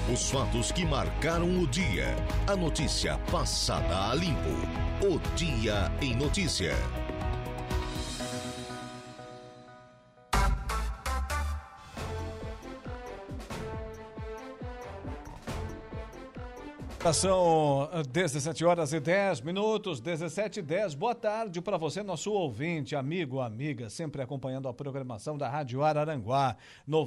Os fatos que marcaram o dia. A notícia passada a limpo. O Dia em Notícia. São 17 horas e 10 minutos, 17h10. Boa tarde para você, nosso ouvinte, amigo, amiga, sempre acompanhando a programação da Rádio Araranguá,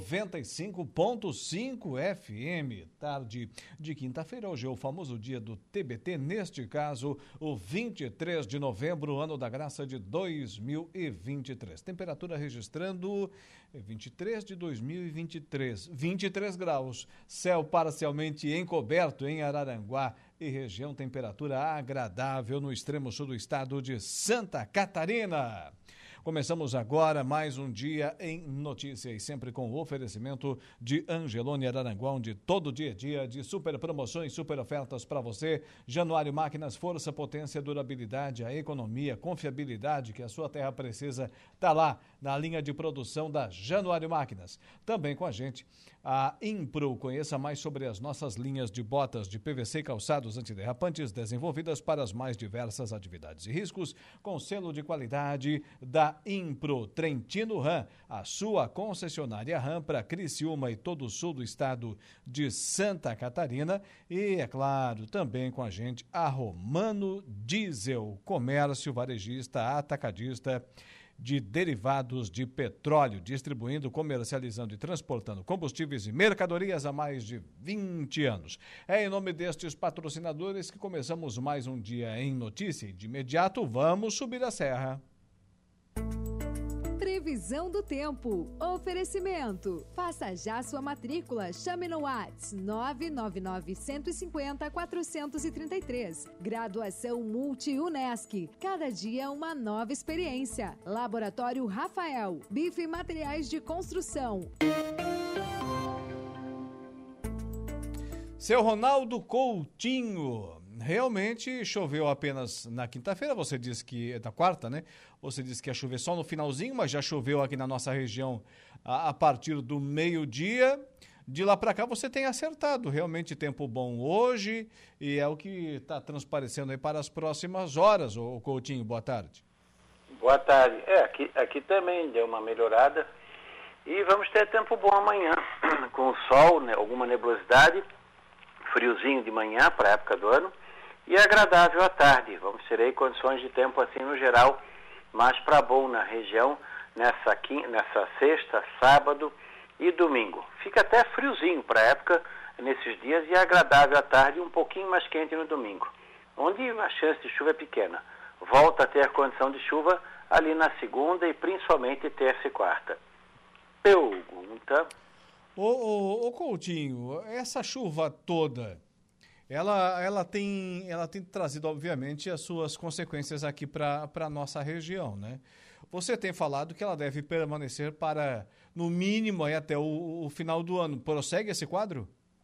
95.5 FM. Tarde de quinta-feira, hoje é o famoso dia do TBT, neste caso, o 23 de novembro, ano da graça de 2023. Temperatura registrando 23 de 2023, 23 graus, céu parcialmente encoberto em Araranguá e região, temperatura agradável no extremo sul do estado de Santa Catarina. Começamos agora mais um Dia em Notícia e sempre com o oferecimento de Angelone Araranguá, onde todo dia é dia de super promoções, super ofertas para você. Januário Máquinas, força, potência, durabilidade, a economia, confiabilidade que a sua terra precisa, está lá na linha de produção da Januário Máquinas. Também com a gente a Impro. Conheça mais sobre as nossas linhas de botas de PVC e calçados antiderrapantes desenvolvidas para as mais diversas atividades e riscos, com selo de qualidade da Impro. Trentino Ram, a sua concessionária Ram para Criciúma e todo o sul do estado de Santa Catarina. E, é claro, também com a gente a Romano Diesel, comércio varejista, atacadista de derivados de petróleo, distribuindo, comercializando e transportando combustíveis e mercadorias há mais de 20 anos. É em nome destes patrocinadores que começamos mais um Dia em Notícia e de imediato vamos subir a serra. Previsão do tempo. Oferecimento. Faça já sua matrícula. Chame no WhatsApp 999-150-433. Graduação Multi-UNESC. Cada dia uma nova experiência. Laboratório Rafael. Bife e materiais de construção. Seu Ronaldo Coutinho. Realmente choveu apenas na quinta-feira, você disse que, na quarta, né? Você disse que ia chover só no finalzinho, mas já choveu aqui na nossa região a partir do meio-dia. De lá para cá você tem acertado, realmente tempo bom hoje e é o que está transparecendo aí para as próximas horas, ô Coutinho, boa tarde. Boa tarde, aqui também deu uma melhorada e vamos ter tempo bom amanhã, com o sol, né, alguma nebulosidade, friozinho de manhã para a época do ano, e agradável à tarde. Vamos ter aí condições de tempo assim no geral, mais para bom na região nessa sexta, sábado e domingo. Fica até friozinho para a época nesses dias e agradável à tarde e um pouquinho mais quente no domingo, onde a chance de chuva é pequena. Volta a ter condição de chuva ali na segunda e principalmente terça e quarta. Pergunta. Ô Coutinho, essa chuva toda, ela tem trazido, obviamente, as suas consequências aqui para a nossa região, né? Você tem falado que ela deve permanecer para, no mínimo, aí até o final do ano. Prossegue esse quadro?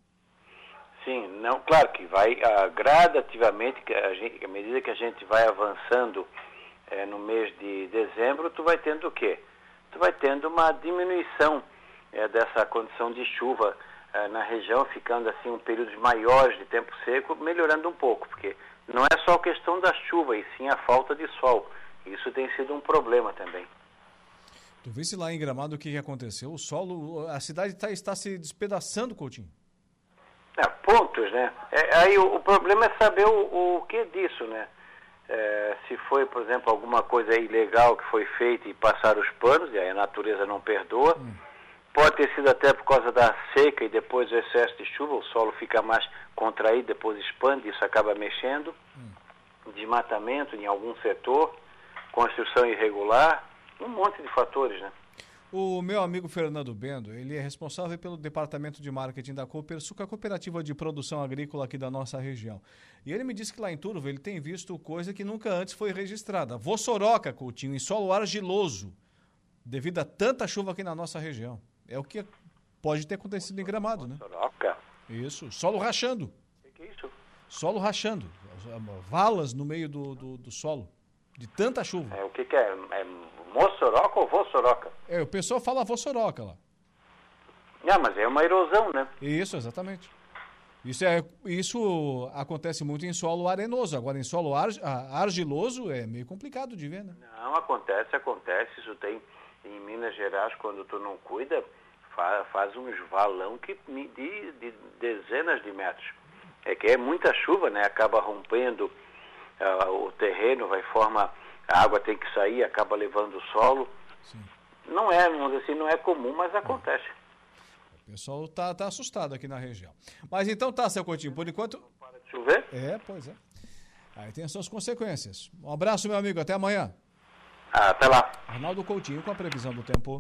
Sim, não, claro que vai gradativamente, à medida que a gente vai avançando no mês de dezembro, tu vai tendo o quê? Tu vai tendo uma diminuição dessa condição de chuva na região, ficando assim um períodos maiores de tempo seco, melhorando um pouco, porque não é só questão da chuva, e sim a falta de sol. Isso tem sido um problema também. Tu visse lá em Gramado o que aconteceu? O solo, a cidade está se despedaçando, Coutinho. Pontos, né? Aí o problema é saber o que disso, né? Se foi, por exemplo, alguma coisa ilegal que foi feita e passar os panos, e aí a natureza não perdoa. Pode ter sido até por causa da seca e depois do excesso de chuva, o solo fica mais contraído, depois expande, isso acaba mexendo. Desmatamento em algum setor, construção irregular, um monte de fatores, né? O meu amigo Fernando Bendo, ele é responsável pelo departamento de marketing da Copersuc, a cooperativa de produção agrícola aqui da nossa região. E ele me disse que lá em Turvo ele tem visto coisa que nunca antes foi registrada. Vossoroca, Coutinho, em solo argiloso, devido a tanta chuva aqui na nossa região. É o que pode ter acontecido em Gramado, né? Vossoroca? Isso, solo rachando. O que é isso? Solo rachando, valas no meio do solo, de tanta chuva. O que é? É Mossoroca ou Vossoroca? O pessoal fala Vossoroca lá. Mas é uma erosão, né? Isso, exatamente. Isso acontece muito em solo arenoso. Agora, em solo argiloso é meio complicado de ver, né? Não, acontece. Isso tem em Minas Gerais, quando tu não cuida, faz um valão de dezenas de metros. É que é muita chuva, né? Acaba rompendo o terreno, a água tem que sair, acaba levando o solo. Sim. Não é comum, mas acontece. O pessoal tá assustado aqui na região. Mas então tá, seu Coutinho, por enquanto... Não para de chover? Pois é. Aí tem as suas consequências. Um abraço, meu amigo, até amanhã. Até lá. Arnaldo Coutinho com a previsão do tempo.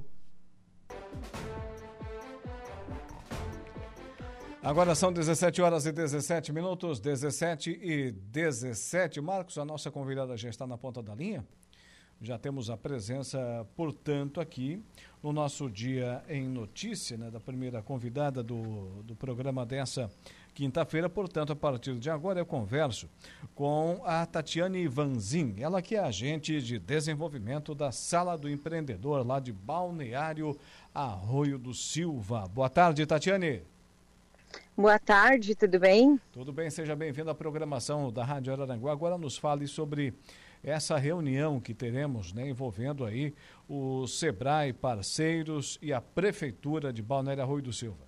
Agora são 17 horas e 17 minutos, 17 e 17. Marcos, a nossa convidada já está na ponta da linha. Já temos a presença, portanto, aqui no nosso Dia em Notícia, né, da primeira convidada do programa dessa quinta-feira. Portanto, a partir de agora eu converso com a Tatiane Vanzin, ela que é agente de desenvolvimento da Sala do Empreendedor, lá de Balneário Arroio do Silva. Boa tarde, Tatiane. Boa tarde, tudo bem? Tudo bem, seja bem-vindo à programação da Rádio Araranguá. Agora nos fale sobre essa reunião que teremos, né, envolvendo aí o Sebrae, parceiros e a Prefeitura de Balneário Arroio do Silva.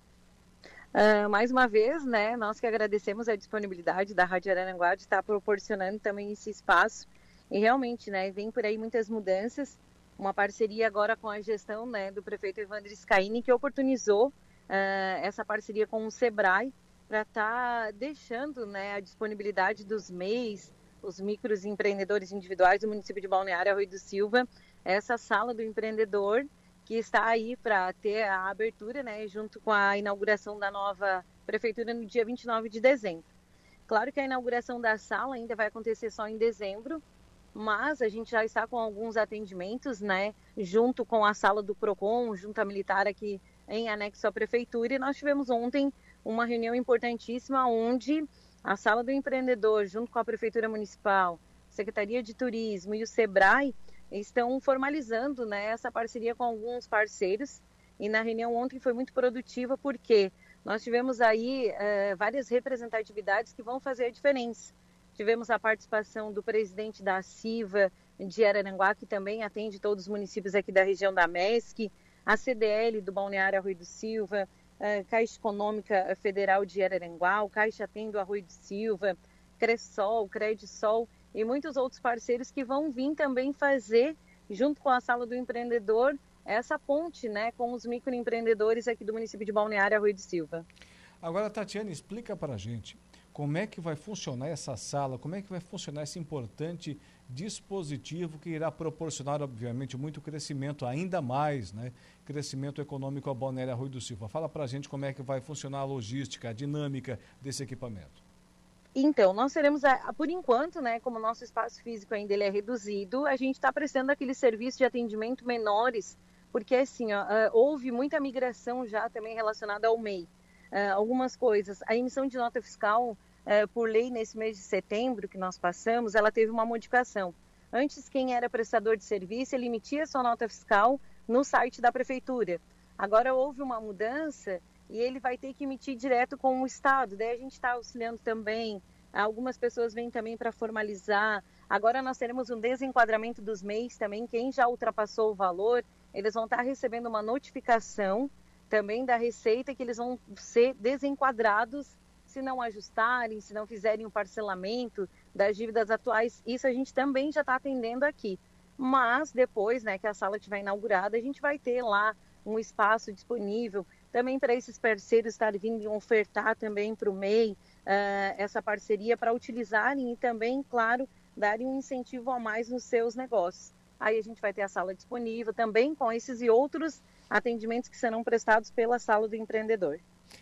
Mais uma vez, né, nós que agradecemos a disponibilidade da Rádio Araranguá de estar proporcionando também esse espaço. E realmente, né, vem por aí muitas mudanças, uma parceria agora com a gestão, né, do prefeito Evandro Scaini, que oportunizou essa parceria com o Sebrae para estar deixando, né, a disponibilidade dos MEIs, os microempreendedores individuais do município de Balneário Arroio do Silva, essa sala do empreendedor que está aí para ter a abertura, né, junto com a inauguração da nova prefeitura no dia 29 de dezembro. Claro que a inauguração da sala ainda vai acontecer só em dezembro, mas a gente já está com alguns atendimentos, né, junto com a sala do PROCON, junto à militar aqui em anexo à prefeitura, e nós tivemos ontem uma reunião importantíssima onde a Sala do Empreendedor, junto com a Prefeitura Municipal, Secretaria de Turismo e o Sebrae, estão formalizando, né, essa parceria com alguns parceiros. E na reunião ontem foi muito produtiva porque nós tivemos aí várias representatividades que vão fazer a diferença. Tivemos a participação do presidente da CIVA de Araranguá, que também atende todos os municípios aqui da região da MESC, a CDL do Balneário Arroio do Silva, Caixa Econômica Federal de Araranguá, o Caixa Tem do Arroio do Silva, Cressol, Credisol e muitos outros parceiros que vão vir também fazer, junto com a Sala do Empreendedor, essa ponte, né, com os microempreendedores aqui do município de Balneário Arroio do Silva. Agora, Tatiane, explica para a gente como é que vai funcionar essa sala, como é que vai funcionar esse importante dispositivo que irá proporcionar, obviamente, muito crescimento, ainda mais, né, crescimento econômico ao Balneário Arroio do Silva. Fala para a gente como é que vai funcionar a logística, a dinâmica desse equipamento. Então, nós teremos, por enquanto, né, como o nosso espaço físico ainda ele é reduzido, a gente está prestando aqueles serviços de atendimento menores, porque assim, houve muita migração já também relacionada ao MEI. Algumas coisas, a emissão de nota fiscal, por lei, nesse mês de setembro que nós passamos, ela teve uma modificação. Antes, quem era prestador de serviço, ele emitia sua nota fiscal no site da prefeitura. Agora houve uma mudança e ele vai ter que emitir direto com o Estado. Daí a gente está auxiliando também, algumas pessoas vêm também para formalizar. Agora nós teremos um desenquadramento dos MEIs também, quem já ultrapassou o valor, eles vão estar recebendo uma notificação também da Receita que eles vão ser desenquadrados se não ajustarem, se não fizerem um parcelamento das dívidas atuais. Isso a gente também já está atendendo aqui. Mas depois, né, que a sala estiver inaugurada, a gente vai ter lá um espaço disponível também para esses parceiros estarem vindo ofertar também para o MEI essa parceria para utilizarem e também, claro, darem um incentivo a mais nos seus negócios. Aí a gente vai ter a sala disponível também com esses e outros atendimentos que serão prestados pela Sala do Empreendedor.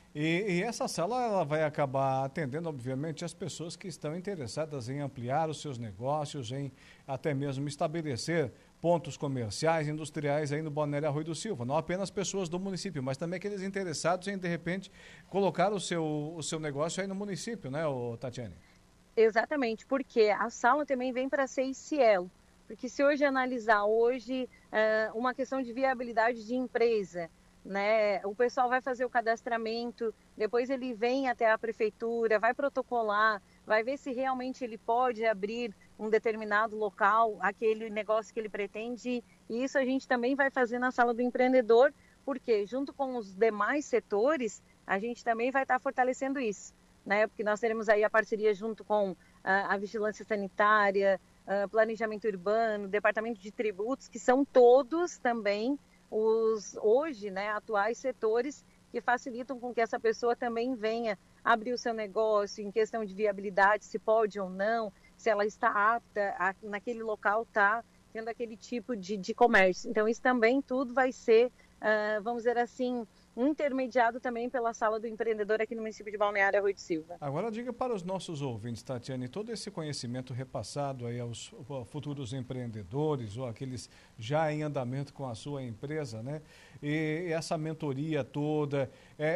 E essa sala ela vai acabar atendendo, obviamente, as pessoas que estão interessadas em ampliar os seus negócios, em até mesmo estabelecer pontos comerciais, industriais aí no Balneário Arroio do Silva. Não apenas pessoas do município, mas também aqueles interessados em, de repente, colocar o seu negócio aí no município, né, Tatiane? Exatamente, porque a sala também vem para ser esse elo. Porque se hoje analisar uma questão de viabilidade de empresa, né? O pessoal vai fazer o cadastramento, depois ele vem até a prefeitura, vai protocolar, vai ver se realmente ele pode abrir um determinado local, aquele negócio que ele pretende. E isso a gente também vai fazer na Sala do Empreendedor, porque junto com os demais setores, a gente também vai estar fortalecendo isso, né? Porque nós teremos aí a parceria junto com a Vigilância Sanitária, Planejamento Urbano, Departamento de Tributos, que são todos também os, hoje, né, atuais setores que facilitam com que essa pessoa também venha abrir o seu negócio em questão de viabilidade, se pode ou não, se ela está apta, naquele local está tendo aquele tipo de comércio. Então, isso também tudo vai ser, vamos dizer assim, intermediado também pela Sala do Empreendedor aqui no município de Balneário Arroio do Silva. Agora diga para os nossos ouvintes, Tatiane, todo esse conhecimento repassado aí aos futuros empreendedores ou aqueles já em andamento com a sua empresa, né? E essa mentoria toda,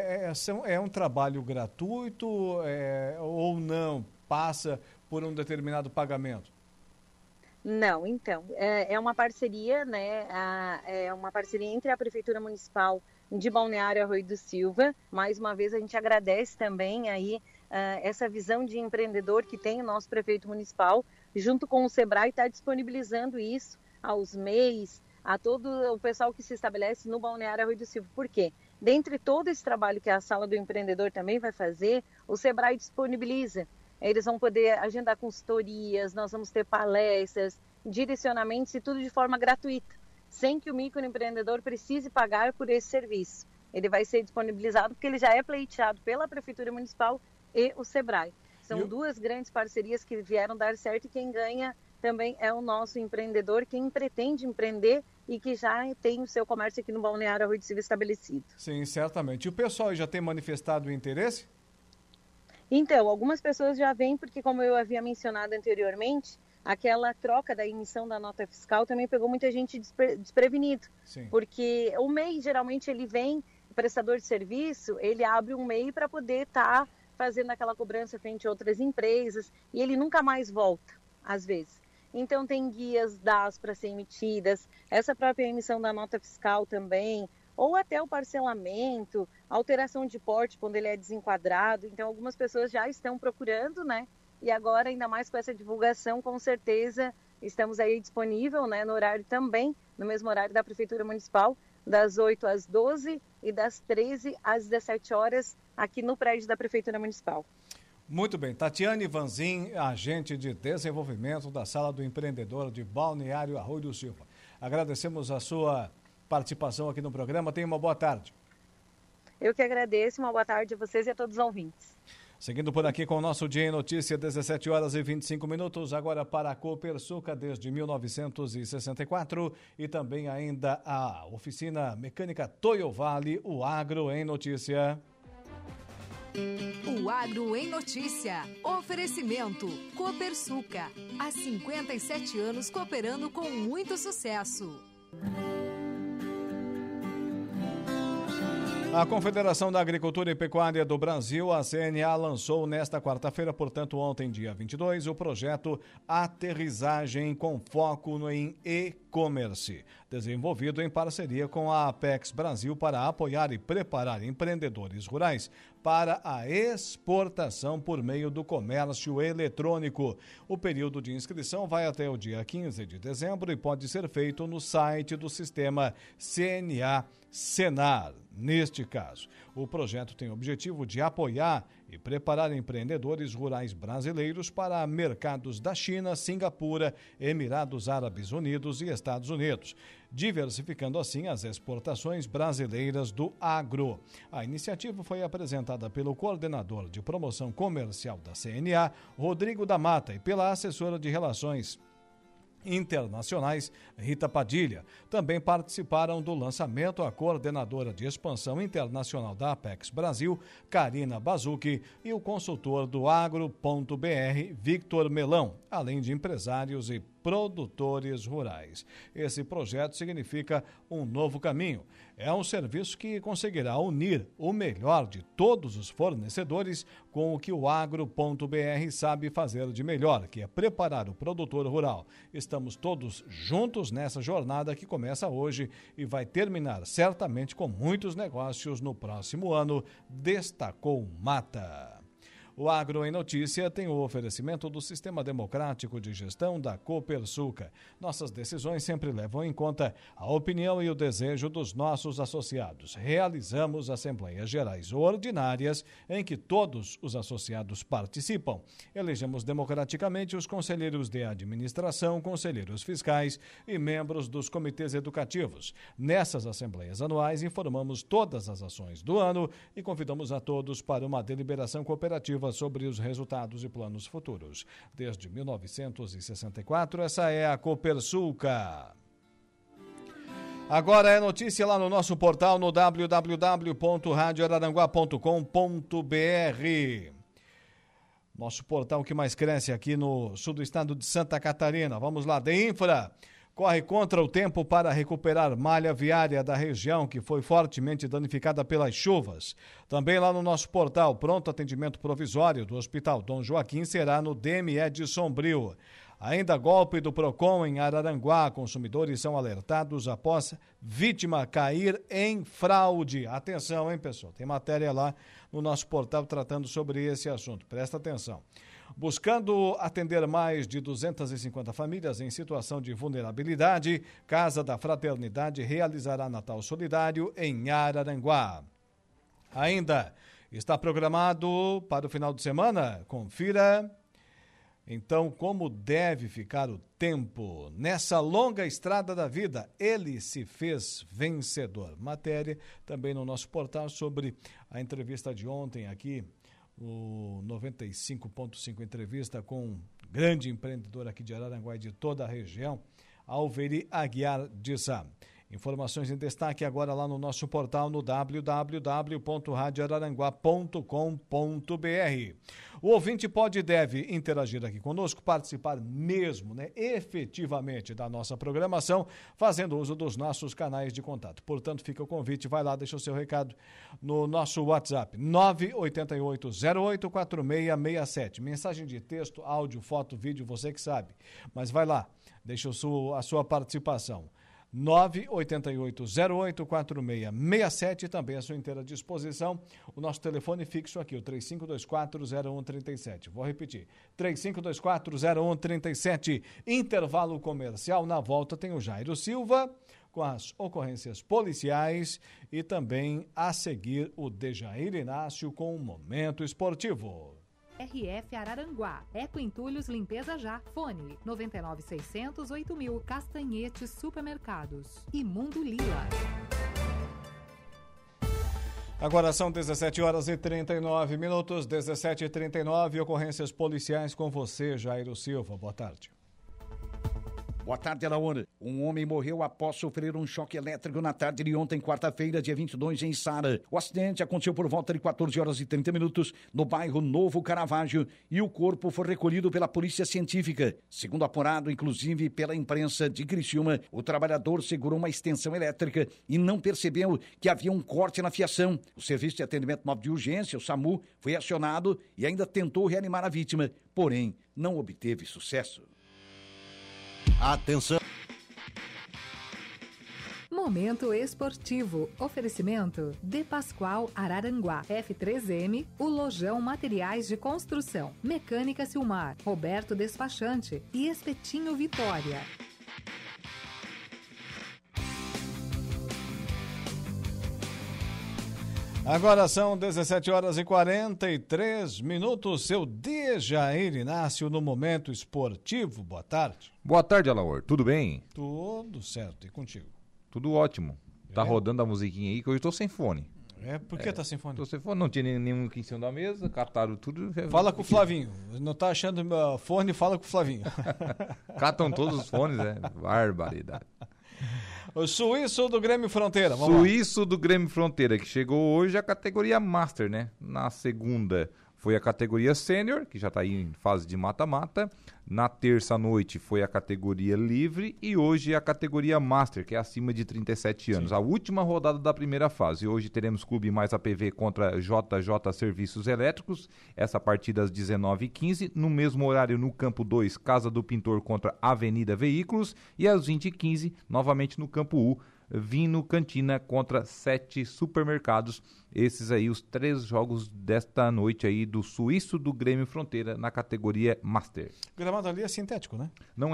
é um trabalho gratuito ou não? Passa por um determinado pagamento? Não, então, é uma parceria, né? É uma parceria entre a Prefeitura Municipal de Balneário Arroio do Silva. Mais uma vez a gente agradece também aí essa visão de empreendedor que tem o nosso prefeito municipal, junto com o Sebrae, está disponibilizando isso aos MEIs, a todo o pessoal que se estabelece no Balneário Arroio do Silva. Por quê? Dentre todo esse trabalho que a Sala do Empreendedor também vai fazer, o Sebrae disponibiliza. Eles vão poder agendar consultorias, nós vamos ter palestras, direcionamentos e tudo de forma gratuita, sem que o microempreendedor precise pagar por esse serviço. Ele vai ser disponibilizado porque ele já é pleiteado pela Prefeitura Municipal e o Sebrae. São duas grandes parcerias que vieram dar certo e quem ganha também é o nosso empreendedor, quem pretende empreender e que já tem o seu comércio aqui no Balneário Arroio do Silva estabelecido. Sim, certamente. E o pessoal já tem manifestado o interesse? Então, algumas pessoas já vêm porque, como eu havia mencionado anteriormente, aquela troca da emissão da nota fiscal também pegou muita gente desprevenido. Sim. Porque o MEI, geralmente, ele vem, o prestador de serviço, ele abre um MEI para poder estar fazendo aquela cobrança frente a outras empresas e ele nunca mais volta, às vezes. Então, tem guias DAS para ser emitidas, essa própria emissão da nota fiscal também, ou até o parcelamento, alteração de porte quando ele é desenquadrado. Então, algumas pessoas já estão procurando, né? E agora, ainda mais com essa divulgação, com certeza, estamos aí disponível, né, no horário também, no mesmo horário da Prefeitura Municipal, das 8 às 12 e das 13 às 17 horas, aqui no prédio da Prefeitura Municipal. Muito bem. Tatiane Vanzin, agente de desenvolvimento da Sala do Empreendedor de Balneário Arroio do Silva. Agradecemos a sua participação aqui no programa. Tenha uma boa tarde. Eu que agradeço. Uma boa tarde a vocês e a todos os ouvintes. Seguindo por aqui com o nosso Dia em Notícia, 17 horas e 25 minutos, agora para a Copersuca desde 1964 e também ainda a oficina mecânica Toyo Vale, o Agro em Notícia. O Agro em Notícia. Oferecimento Copersuca. Há 57 anos cooperando com muito sucesso. A Confederação da Agricultura e Pecuária do Brasil, a CNA, lançou nesta quarta-feira, portanto ontem, dia 22, o projeto Aterrissagem com foco em e-commerce, desenvolvido em parceria com a Apex Brasil para apoiar e preparar empreendedores rurais para a exportação por meio do comércio eletrônico. O período de inscrição vai até o dia 15 de dezembro e pode ser feito no site do sistema CNA Senar. Neste caso, o projeto tem o objetivo de apoiar e preparar empreendedores rurais brasileiros para mercados da China, Singapura, Emirados Árabes Unidos e Estados Unidos, diversificando assim as exportações brasileiras do agro. A iniciativa foi apresentada pelo coordenador de promoção comercial da CNA, Rodrigo da Mata, e pela assessora de Relações Internacionais, Rita Padilha. Também participaram do lançamento a coordenadora de expansão internacional da Apex Brasil, Karina Bazucchi, e o consultor do Agro.br, Victor Melão, além de empresários e produtores rurais. Esse projeto significa um novo caminho. É um serviço que conseguirá unir o melhor de todos os fornecedores com o que o Agro.br sabe fazer de melhor, que é preparar o produtor rural. Estamos todos juntos nessa jornada que começa hoje e vai terminar certamente com muitos negócios no próximo ano, destacou Mata. O Agro em Notícia tem o oferecimento do Sistema Democrático de Gestão da Copersucar. Nossas decisões sempre levam em conta a opinião e o desejo dos nossos associados. Realizamos assembleias gerais ordinárias em que todos os associados participam. Elegemos democraticamente os conselheiros de administração, conselheiros fiscais e membros dos comitês educativos. Nessas assembleias anuais, informamos todas as ações do ano e convidamos a todos para uma deliberação cooperativa sobre os resultados e planos futuros. Desde 1964, essa é a Copersucar. Agora é notícia lá no nosso portal no www.radioararanguá.com.br. Nosso portal que mais cresce aqui no sul do estado de Santa Catarina. Vamos lá, DEINFRA corre contra o tempo para recuperar malha viária da região que foi fortemente danificada pelas chuvas. Também lá no nosso portal, pronto atendimento provisório do Hospital Dom Joaquim será no DME de Sombrio. Ainda golpe do PROCON em Araranguá, consumidores são alertados após vítima cair em fraude. Atenção, hein, pessoal? Tem matéria lá no nosso portal tratando sobre esse assunto. Presta atenção. Buscando atender mais de 250 famílias em situação de vulnerabilidade, Casa da Fraternidade realizará Natal Solidário em Araranguá. Ainda está programado para o final de semana? Confira, então, como deve ficar o tempo nessa longa estrada da vida. Ele se fez vencedor. Matéria também no nosso portal sobre a entrevista de ontem aqui, o 95.5 entrevista com um grande empreendedor aqui de Araranguá e de toda a região, Alveri Aguiar de Sá. Informações em destaque agora lá no nosso portal no www.radioararanguá.com.br. O ouvinte pode e deve interagir aqui conosco, participar mesmo, efetivamente da nossa programação, fazendo uso dos nossos canais de contato. Portanto, fica o convite, vai lá, deixa o seu recado no nosso WhatsApp, 988084667. Mensagem de texto, áudio, foto, vídeo, você que sabe. Mas vai lá, deixa a sua participação. 988084667, também à sua inteira disposição. O nosso telefone fixo aqui, o 35240137. Vou repetir, 35240137. Intervalo comercial. Na volta tem o Jairo Silva com as ocorrências policiais e também a seguir o Dejair Inácio com o Momento Esportivo. RF Araranguá, Eco Entulhos Limpeza Já, fone 99608000, Castanhetes Supermercados e Mundo Lila. Agora são 17h39, 17h39, ocorrências policiais com você, Jairo Silva. Boa tarde. Boa tarde, Alaor. Um homem morreu após sofrer um choque elétrico na tarde de ontem, quarta-feira, dia 22, em Sara. O acidente aconteceu por volta de 14h30 no bairro Novo Caravaggio e o corpo foi recolhido pela Polícia Científica. Segundo apurado, inclusive pela imprensa de Criciúma, o trabalhador segurou uma extensão elétrica e não percebeu que havia um corte na fiação. O Serviço de Atendimento Móvel de Urgência, o SAMU, foi acionado e ainda tentou reanimar a vítima, porém não obteve sucesso. Atenção! Momento Esportivo. Oferecimento De Pascoal Araranguá, F3M, o Lojão Materiais de Construção, Mecânica Silmar, Roberto Despachante e Espetinho Vitória. Agora são 17h43, seu Dejair Inácio no Momento Esportivo. Boa tarde. Boa tarde, Alaor. Tudo bem? Tudo certo. E contigo? Tudo ótimo. Tá rodando a musiquinha aí que hoje eu tô sem fone. Por que tá sem fone? Tô sem fone, não tinha nenhum aqui em cima da mesa, cataram tudo. Fala com o Flavinho. Não tá achando fone, fala com o Flavinho. Catam todos os fones, barbaridade. O Suíço do Grêmio Fronteira. Suíço do Grêmio Fronteira, que chegou hoje à categoria Master, né? Na segunda foi a categoria Sênior, que já está aí em fase de mata-mata. Na terça-noite foi a categoria Livre e hoje é a categoria Master, que é acima de 37 anos. A última rodada da primeira fase. Hoje teremos Clube Mais APV contra JJ Serviços Elétricos. Essa partida às 19h15. No mesmo horário, no campo 2, Casa do Pintor contra Avenida Veículos. E às 20h15, novamente no campo U, Vino Cantina contra 7 Supermercados. Esses aí, os 3 jogos desta noite aí do Suíço do Grêmio Fronteira na categoria Master. O gramado ali é sintético, né? Não,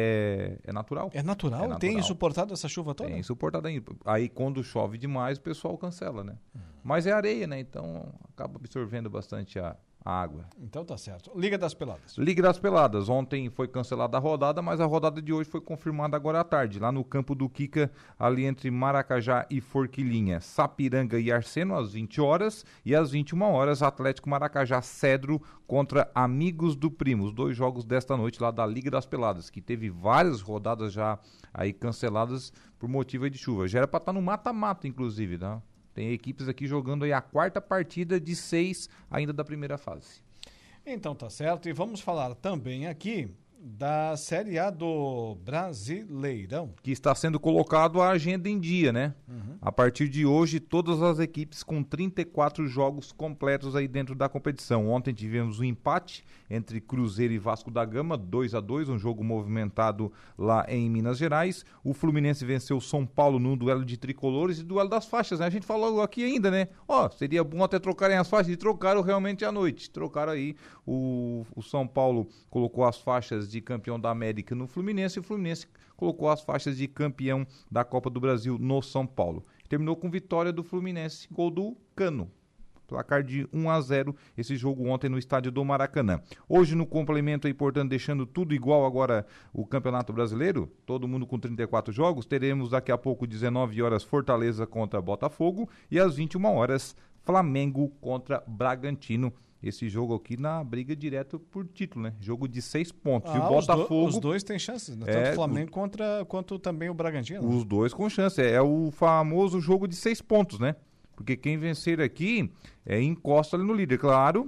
é natural. É natural? É natural. Tem suportado essa chuva toda? Tem suportado ainda. Aí quando chove demais, o pessoal cancela, né? Mas é areia, né? Então acaba absorvendo bastante a água. Então tá certo. Liga das Peladas. Liga das Peladas. Ontem foi cancelada a rodada, mas a rodada de hoje foi confirmada agora à tarde, lá no campo do Kika, ali entre Maracajá e Forquilinha. Sapiranga e Arseno, às 20 horas. E às 21 horas, Atlético Maracajá Cedro contra Amigos do Primo. Os 2 jogos desta noite lá da Liga das Peladas, que teve várias rodadas já aí canceladas por motivo de chuva. Já era para estar no mata-mata, inclusive, tá? Tem equipes aqui jogando aí a 4ª partida de 6 ainda da primeira fase. Então tá certo. E vamos falar também aqui da Série A do Brasileirão. Que está sendo colocado a agenda em dia, né? A partir de hoje, todas as equipes com 34 jogos completos aí dentro da competição. Ontem tivemos um empate entre Cruzeiro e Vasco da Gama, 2-2, um jogo movimentado lá em Minas Gerais. O Fluminense venceu o São Paulo num duelo de tricolores e duelo das faixas, né? A gente falou aqui ainda, né? Seria bom até trocarem as faixas, e trocaram realmente à noite. Trocaram aí, o São Paulo colocou as faixas de campeão da América no Fluminense e o Fluminense colocou as faixas de campeão da Copa do Brasil no São Paulo. Terminou com vitória do Fluminense, gol do Cano. Placar de 1-0, esse jogo ontem no estádio do Maracanã. Hoje no complemento aí, portanto, deixando tudo igual agora o Campeonato Brasileiro, todo mundo com 34 jogos, teremos daqui a pouco 19 horas Fortaleza contra Botafogo e às 21 horas Flamengo contra Bragantino. Esse jogo aqui na briga direto por título, né? Jogo de 6 pontos. E o Botafogo... Os dois têm chances, né? Tanto o Flamengo quanto também o Bragantino. Os dois com chance. É o famoso jogo de 6 pontos, né? Porque quem vencer aqui encosta ali no líder. Claro,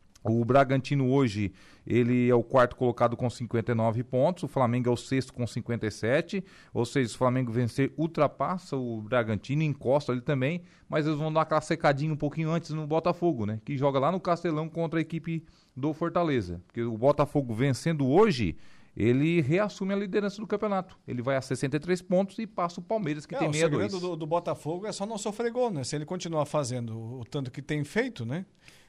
o Bragantino hoje, ele é o 4º colocado com 59 pontos, o Flamengo é o 6º com 57, ou seja, se o Flamengo vencer, ultrapassa o Bragantino, encosta ali também, mas eles vão dar aquela secadinha um pouquinho antes no Botafogo, né? Que joga lá no Castelão contra a equipe do Fortaleza. Porque o Botafogo vencendo hoje, ele reassume a liderança do campeonato. Ele vai a 63 pontos e passa o Palmeiras, que tem 62. O segredo do Botafogo é só não sofrer gol, né? Se ele continuar fazendo o tanto que tem feito, né?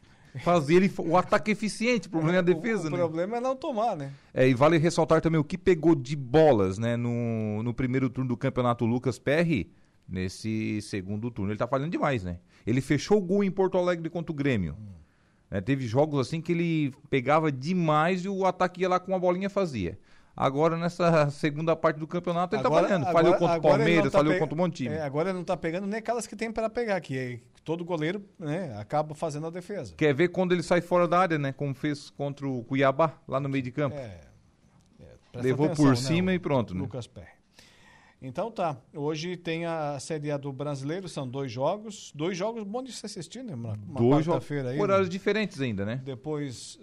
Fazer o ataque eficiente, o problema é a defesa, né? O problema é não tomar, né? E vale ressaltar também o que pegou de bolas, né? No primeiro turno do campeonato, o Lucas Perry, nesse segundo turno, ele tá falhando demais, né? Ele fechou o gol em Porto Alegre contra o Grêmio. Teve jogos assim que ele pegava demais e o ataque ia lá com uma bolinha fazia. Agora, nessa segunda parte do campeonato, ele tá falhando. Falhou contra o Palmeiras, falhou contra um monte de time. Agora ele não tá pegando nem aquelas que tem para pegar, que todo goleiro, né, acaba fazendo a defesa. Quer ver quando ele sai fora da área, né? Como fez contra o Cuiabá, lá no meio de campo. Levou atenção, por cima, né, e pronto. Lucas Perry. Então tá, hoje tem a Série A do Brasileiro, são 2 jogos bons de se assistir, né? Uma quarta-feira aí. Horários diferentes ainda, né? Depois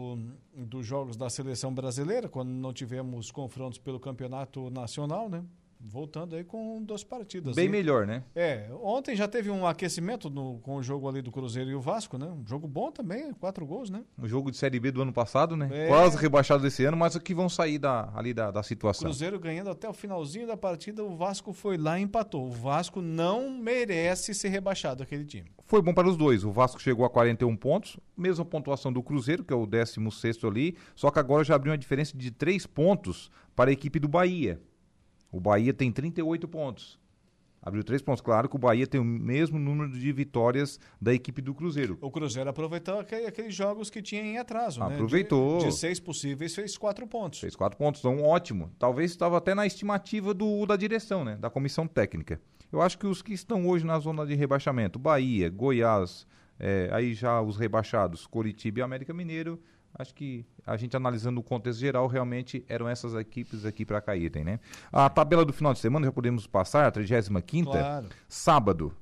dos jogos da Seleção Brasileira, quando não tivemos confrontos pelo Campeonato Nacional, né? Voltando aí com 2 partidas. Bem melhor, né? Ontem já teve um aquecimento com o jogo ali do Cruzeiro e o Vasco, né? Um jogo bom também, 4 gols, né? O jogo de Série B do ano passado, né? Quase rebaixado desse ano, mas que vão sair da situação. O Cruzeiro ganhando até o finalzinho da partida, o Vasco foi lá e empatou. O Vasco não merece ser rebaixado, aquele time. Foi bom para os dois. O Vasco chegou a 41 pontos, mesma pontuação do Cruzeiro, que é o 16º ali, só que agora já abriu uma diferença de 3 pontos para a equipe do Bahia. O Bahia tem 38 pontos. Abriu 3 pontos. Claro que o Bahia tem o mesmo número de vitórias da equipe do Cruzeiro. O Cruzeiro aproveitou aqueles jogos que tinha em atraso. Aproveitou. Né? De 6 possíveis, fez 4 pontos. Fez 4 pontos, então ótimo. Talvez estava até na estimativa da direção, né? Da comissão técnica. Eu acho que os que estão hoje na zona de rebaixamento, Bahia, Goiás, aí já os rebaixados, Coritiba e América Mineiro, acho que a gente analisando o contexto geral, realmente eram essas equipes aqui para caírem, né? A tabela do final de semana, já podemos passar, a 35ª. Claro. Sábado,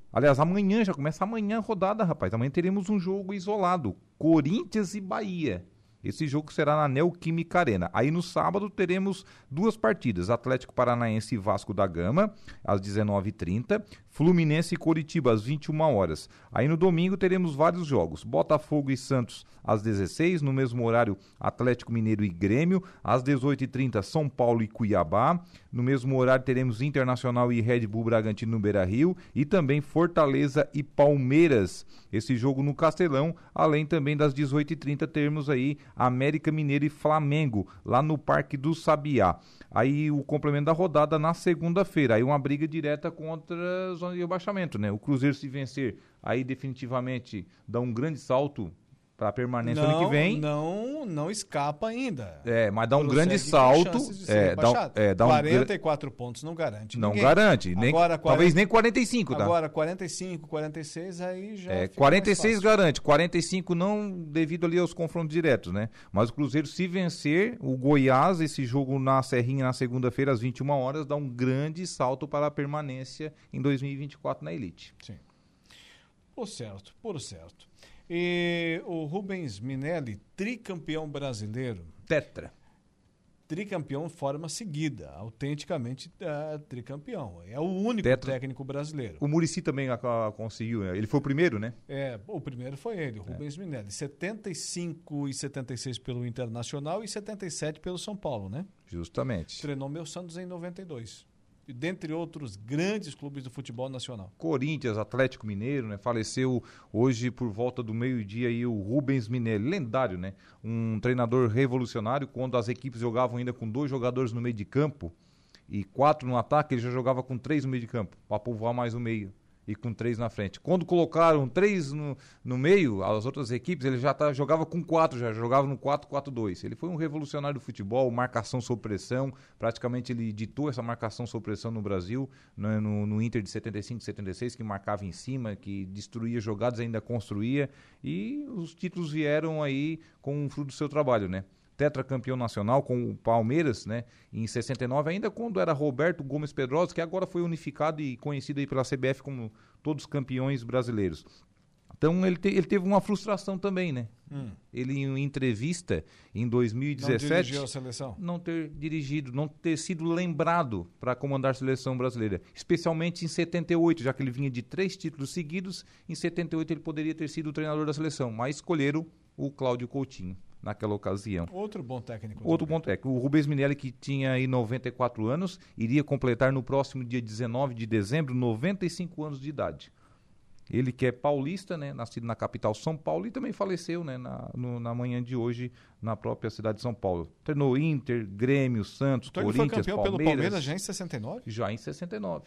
Aliás, amanhã, já começa amanhã a rodada, rapaz. Amanhã teremos um jogo isolado, Corinthians e Bahia. Esse jogo será na Neoquímica Arena. Aí no sábado teremos 2 partidas, Atlético Paranaense e Vasco da Gama, às 19h30, Fluminense e Coritiba, às 21h. Aí no domingo teremos vários jogos, Botafogo e Santos, às 16h, no mesmo horário Atlético Mineiro e Grêmio, às 18h30 São Paulo e Cuiabá, no mesmo horário teremos Internacional e Red Bull Bragantino no Beira-Rio e também Fortaleza e Palmeiras, esse jogo no Castelão, além também das 18h30 teremos aí América Mineiro e Flamengo, lá no Parque do Sabiá. Aí o complemento da rodada na segunda-feira, aí uma briga direta contra a zona de rebaixamento, né? O Cruzeiro se vencer, aí definitivamente dá um grande salto para a permanência ano que vem. Não escapa ainda. Mas dá um grande salto. Dá 44 pontos não garante. Não ninguém. garante. Talvez nem 45, tá? Agora 45, 46, aí já. 46 garante, 45 não, devido ali aos confrontos diretos, né? Mas o Cruzeiro, se vencer o Goiás, esse jogo na Serrinha na segunda-feira, às 21h, dá um grande salto para a permanência em 2024 na elite. Sim. Por certo. E o Rubens Minelli, tricampeão brasileiro. Tetra. Tricampeão forma seguida, autenticamente tricampeão. É o único técnico brasileiro. O Muricy também conseguiu, né? Ele foi o primeiro, né? O primeiro foi ele, o Rubens Minelli. 75 e 76 pelo Internacional e 77 pelo São Paulo, né? Justamente. Treinou meu Santos em 92. E dentre outros grandes clubes do futebol nacional. Corinthians, Atlético Mineiro, né? Faleceu hoje por volta do meio-dia aí o Rubens Minelli, lendário, né? Um treinador revolucionário, quando as equipes jogavam ainda com 2 jogadores no meio de campo e 4 no ataque, ele já jogava com 3 no meio de campo, para povoar mais o meio. E com 3 na frente. Quando colocaram 3 no meio, as outras equipes, ele já jogava com 4, já jogava no 4-4-2. Ele foi um revolucionário do futebol, marcação sob pressão, praticamente ele ditou essa marcação sob pressão no Brasil, né, no Inter de 75, 76, que marcava em cima, que destruía jogadas, ainda construía, e os títulos vieram aí com o fruto do seu trabalho, né? Tetracampeão nacional com o Palmeiras, né, em 69, ainda quando era Roberto Gomes Pedrosa, que agora foi unificado e conhecido aí pela CBF como todos campeões brasileiros. Então ele teve uma frustração também, né? Ele em entrevista em 2017... Não dirigiu a seleção? Não ter dirigido, não ter sido lembrado para comandar a seleção brasileira. Especialmente em 78, já que ele vinha de 3 títulos seguidos, em 78 ele poderia ter sido o treinador da seleção, mas escolheram o Cláudio Coutinho naquela ocasião. Outro bom técnico. Bom técnico. O Rubens Minelli, que tinha aí 94 anos, iria completar no próximo dia 19 de dezembro 95 anos de idade. Ele que é paulista, né, nascido na capital São Paulo e também faleceu, né, na manhã de hoje na própria cidade de São Paulo. Treinou Inter, Grêmio, Santos, então Corinthians, ele foi campeão Palmeiras. Pelo Palmeiras já em 69? Já em 69.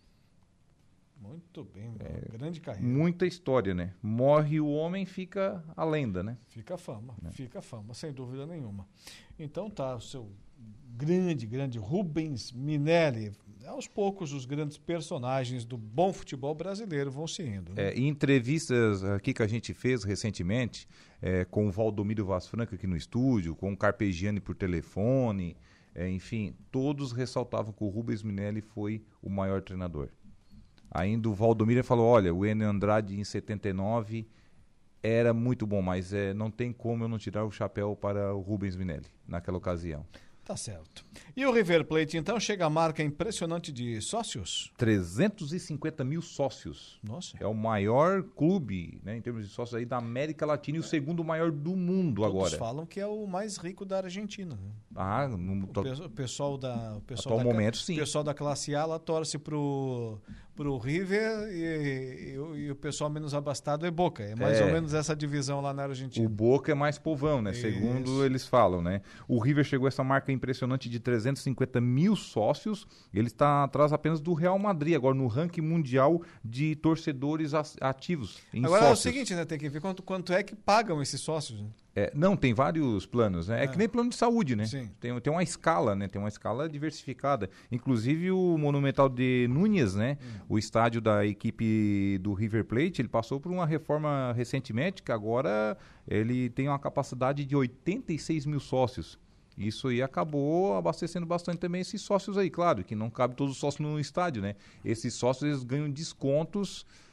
Muito bem, grande carreira. Muita história, né? Morre o homem, fica a lenda, né? Fica a fama, sem dúvida nenhuma. Então tá, o seu grande Rubens Minelli. Aos poucos, os grandes personagens do bom futebol brasileiro vão se indo. Né? Em entrevistas aqui que a gente fez recentemente, com o Valdomiro Vaz Franca aqui no estúdio, com o Carpegiani por telefone, enfim, todos ressaltavam que o Rubens Minelli foi o maior treinador. Ainda o Valdomiro falou, olha, o Enio Andrade em 79 era muito bom, mas não tem como eu não tirar o chapéu para o Rubens Minelli naquela ocasião. Tá certo. E o River Plate, então, chega à marca impressionante de sócios? 350 mil sócios. Nossa. É o maior clube, né, em termos de sócios aí da América Latina e o segundo maior do mundo. Todos agora. Todos falam que é o mais rico da Argentina. Né? O pessoal sim. O pessoal da classe A lá torce pro River e o pessoal menos abastado é Boca. É mais ou menos essa divisão lá na Argentina. O Boca é mais povão, né? Isso. Segundo eles falam, né? O River chegou a essa marca impressionante de 350 mil sócios. Ele está atrás apenas do Real Madrid, agora no ranking mundial de torcedores ativos em agora sócios. É o seguinte, né? Tem que ver quanto é que pagam esses sócios, né? Não, tem vários planos, né? É que nem plano de saúde, né? Sim. Tem uma escala, né? Tem uma escala diversificada. Inclusive o Monumental de Núñez, né? O estádio da equipe do River Plate, ele passou por uma reforma recentemente, que agora ele tem uma capacidade de 86 mil sócios. Isso aí acabou abastecendo bastante também esses sócios aí, claro, que não cabe todos os sócios no estádio, né? Esses sócios, eles ganham descontos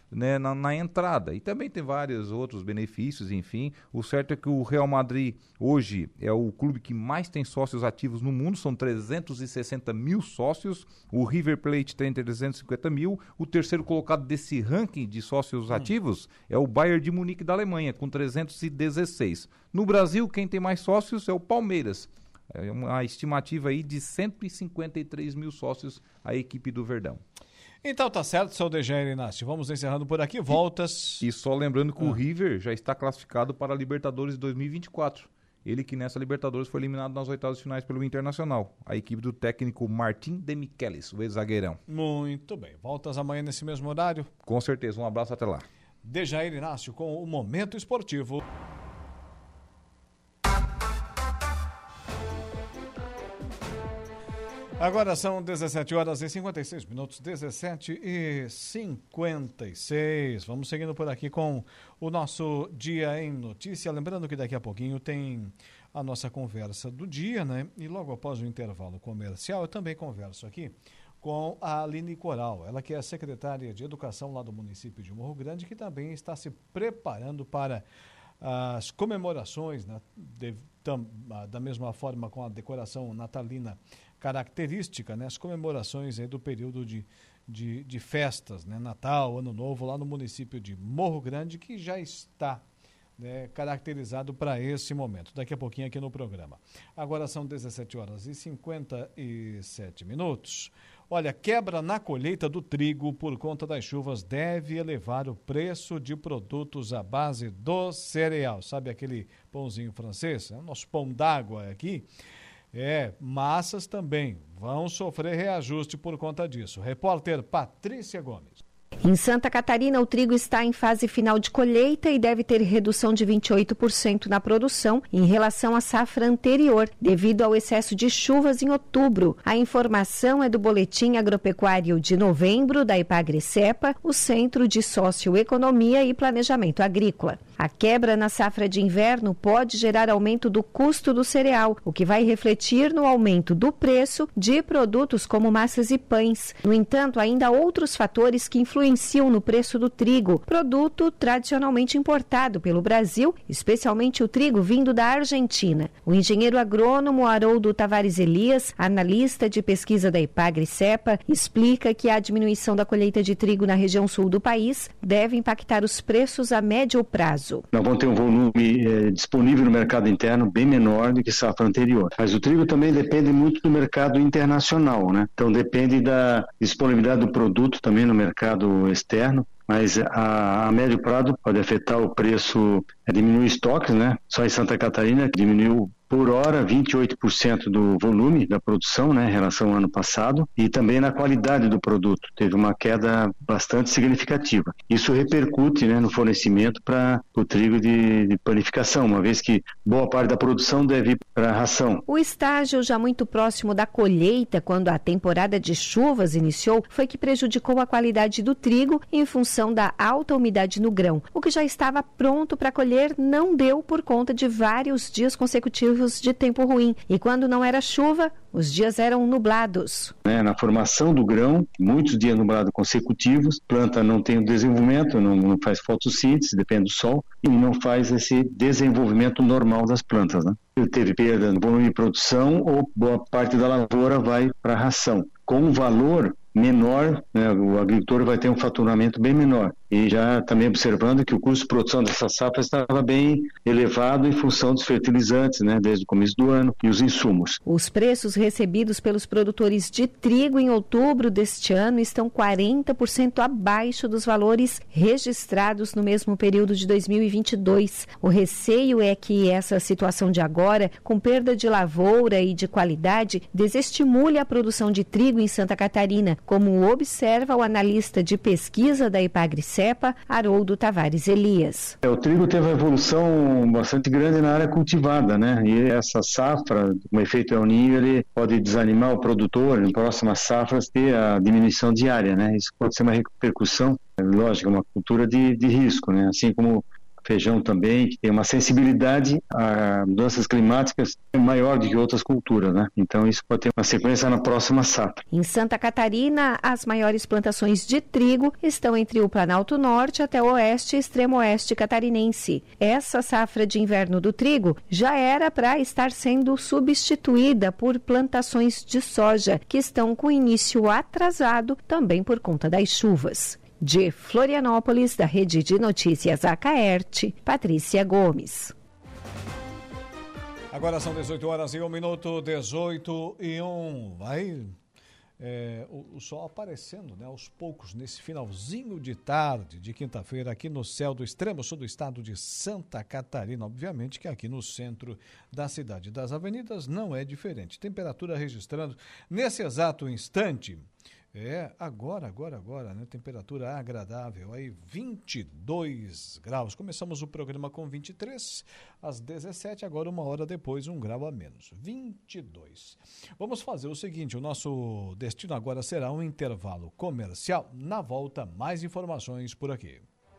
né, na entrada. E também tem vários outros benefícios, enfim. O certo é que o Real Madrid hoje é o clube que mais tem sócios ativos no mundo, são 360 mil sócios. O River Plate tem 350 mil. O terceiro colocado desse ranking de sócios ativos é o Bayern de Munique da Alemanha, com 316. No Brasil, quem tem mais sócios é o Palmeiras. É uma estimativa aí de 153 mil sócios a equipe do Verdão. Então tá certo, seu Dejair Inácio. Vamos encerrando por aqui. Voltas. E só lembrando que o River já está classificado para a Libertadores 2024. Ele que nessa Libertadores foi eliminado nas oitavas de finais pelo Internacional. A equipe do técnico Martim de Michelis, o ex-zagueirão. Muito bem. Voltas amanhã nesse mesmo horário? Com certeza. Um abraço, até lá. Dejair Inácio com o Momento Esportivo. Agora são 17 horas e 56 minutos, 17h56. Vamos seguindo por aqui com o nosso Dia em Notícia. Lembrando que daqui a pouquinho tem a nossa conversa do dia, né? E logo após o intervalo comercial, eu também converso aqui com a Aline Coral. Ela que é a secretária de Educação lá do município de Morro Grande, que também está se preparando para as comemorações, né? Da mesma forma com a decoração natalina característica, né? As comemorações aí do período de festas, né? Natal, Ano Novo, lá no município de Morro Grande, que já está, né, caracterizado para esse momento. Daqui a pouquinho aqui no programa. Agora são 17 horas e 57 minutos. Olha, quebra na colheita do trigo por conta das chuvas deve elevar o preço de produtos à base do cereal. Sabe aquele pãozinho francês? É o nosso pão d'água aqui. Massas também vão sofrer reajuste por conta disso. Repórter Patrícia Gomes. Em Santa Catarina, o trigo está em fase final de colheita e deve ter redução de 28% na produção em relação à safra anterior, devido ao excesso de chuvas em outubro. A informação é do Boletim Agropecuário de novembro da Ipagre-Cepa, o Centro de Socioeconomia e Planejamento Agrícola. A quebra na safra de inverno pode gerar aumento do custo do cereal, o que vai refletir no aumento do preço de produtos como massas e pães. No entanto, ainda há outros fatores que influenciam no preço do trigo, produto tradicionalmente importado pelo Brasil, especialmente o trigo vindo da Argentina. O engenheiro agrônomo Haroldo Tavares Elias, analista de pesquisa da Ipagre-Cepa, explica que a diminuição da colheita de trigo na região sul do país deve impactar os preços a médio prazo. Nós vamos ter um volume disponível no mercado interno bem menor do que safra anterior. Mas o trigo também depende muito do mercado internacional, né? Então depende da disponibilidade do produto também no mercado externo. Mas a médio prazo pode afetar o preço, diminuir estoques, né? Só em Santa Catarina diminuiu por hora 28% do volume da produção, né, em relação ao ano passado, e também na qualidade do produto, teve uma queda bastante significativa. Isso repercute, né, no fornecimento para o trigo de panificação, uma vez que boa parte da produção deve ir para a ração. O estágio já muito próximo da colheita, quando a temporada de chuvas iniciou, foi que prejudicou a qualidade do trigo em função da alta umidade no grão. O que já estava pronto para colher não deu por conta de vários dias consecutivos de tempo ruim. E quando não era chuva, os dias eram nublados. Na formação do grão, muitos dias nublados consecutivos, a planta não tem o desenvolvimento, não faz fotossíntese, depende do sol, e não faz esse desenvolvimento normal das plantas, né? Ele teve perda no volume de produção ou boa parte da lavoura vai para a ração. Com um valor menor, né, o agricultor vai ter um faturamento bem menor. E já também observando que o custo de produção dessa safra estava bem elevado em função dos fertilizantes, né, desde o começo do ano, e os insumos. Os preços recebidos pelos produtores de trigo em outubro deste ano estão 40% abaixo dos valores registrados no mesmo período de 2022. O receio é que essa situação de agora, com perda de lavoura e de qualidade, desestimule a produção de trigo em Santa Catarina, como observa o analista de pesquisa da Ipagre-Cepa, Haroldo Tavares Elias. O trigo teve uma evolução bastante grande na área cultivada, né? E essa safra, com efeito El Niño, ele pode desanimar o produtor em próximas safras ter a diminuição diária, né? Isso pode ser uma repercussão, lógico, uma cultura de risco, né? Assim como feijão também, que tem uma sensibilidade a mudanças climáticas maior do que outras culturas, né? Então isso pode ter uma sequência na próxima safra. Em Santa Catarina, as maiores plantações de trigo estão entre o Planalto Norte até o oeste e extremo oeste catarinense. Essa safra de inverno do trigo já era para estar sendo substituída por plantações de soja, que estão com início atrasado também por conta das chuvas. De Florianópolis, da Rede de Notícias Acaerte, Patrícia Gomes. Agora são 18 horas e 1 minuto, 18 e 1. Vai o sol aparecendo, né, aos poucos nesse finalzinho de tarde de quinta-feira aqui no céu do extremo sul do estado de Santa Catarina. Obviamente que aqui no centro da cidade das avenidas não é diferente. Temperatura registrando nesse exato instante. Agora, né? Temperatura agradável, aí 22 graus. Começamos o programa com 23, às 17, agora 1 hora depois, 1 grau a menos, 22. Vamos fazer o seguinte, o nosso destino agora será um intervalo comercial. Na volta, mais informações por aqui.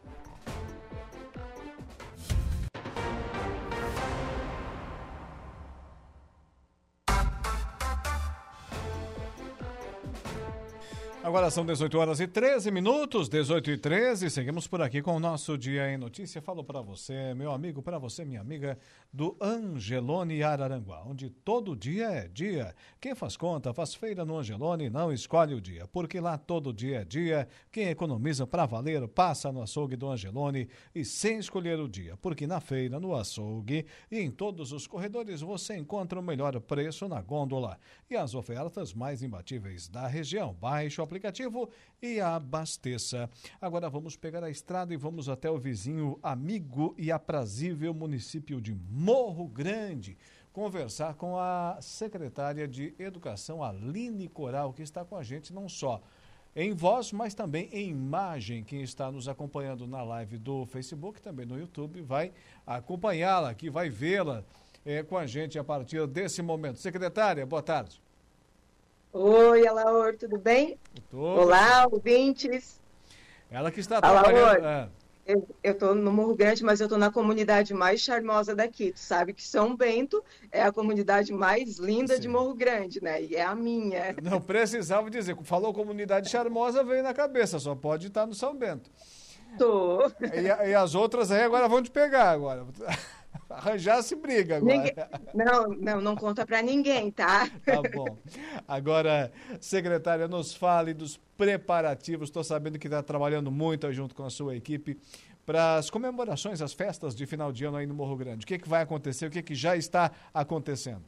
Agora são 18 horas e 13 minutos, 18 e 13, seguimos por aqui com o nosso Dia em Notícia. Falo para você, meu amigo, para você, minha amiga, do Angelone Araranguá, onde todo dia é dia. Quem faz conta, faz feira no Angelone, não escolhe o dia, porque lá todo dia é dia. Quem economiza para valer, passa no açougue do Angelone e sem escolher o dia, porque na feira, no açougue e em todos os corredores você encontra o melhor preço na gôndola e as ofertas mais imbatíveis da região. Baixe o aplicativo e abasteça. Agora vamos pegar a estrada e vamos até o vizinho, amigo e aprazível município de Morro Grande, conversar com a secretária de Educação, Aline Coral, que está com a gente não só em voz, mas também em imagem. Quem está nos acompanhando na live do Facebook, também no YouTube, vai acompanhá-la aqui, vai vê-la com a gente a partir desse momento. Secretária, boa tarde. Oi, Alaor, tudo bem? Olá, ouvintes. Ela que está trabalhando... Eu estou no Morro Grande, mas eu estou na comunidade mais charmosa daqui. Tu sabe que São Bento é a comunidade mais linda de Morro Grande, né? E é a minha. Não precisava dizer. Falou comunidade charmosa, veio na cabeça. Só pode estar no São Bento. Tô. E as outras aí agora vão te pegar agora. Arranjar-se briga agora. Não conta pra ninguém, tá? Tá bom. Agora, secretária, nos fale dos preparativos. Estou sabendo que está trabalhando muito junto com a sua equipe para as comemorações, as festas de final de ano aí no Morro Grande. O que vai acontecer? O que já está acontecendo?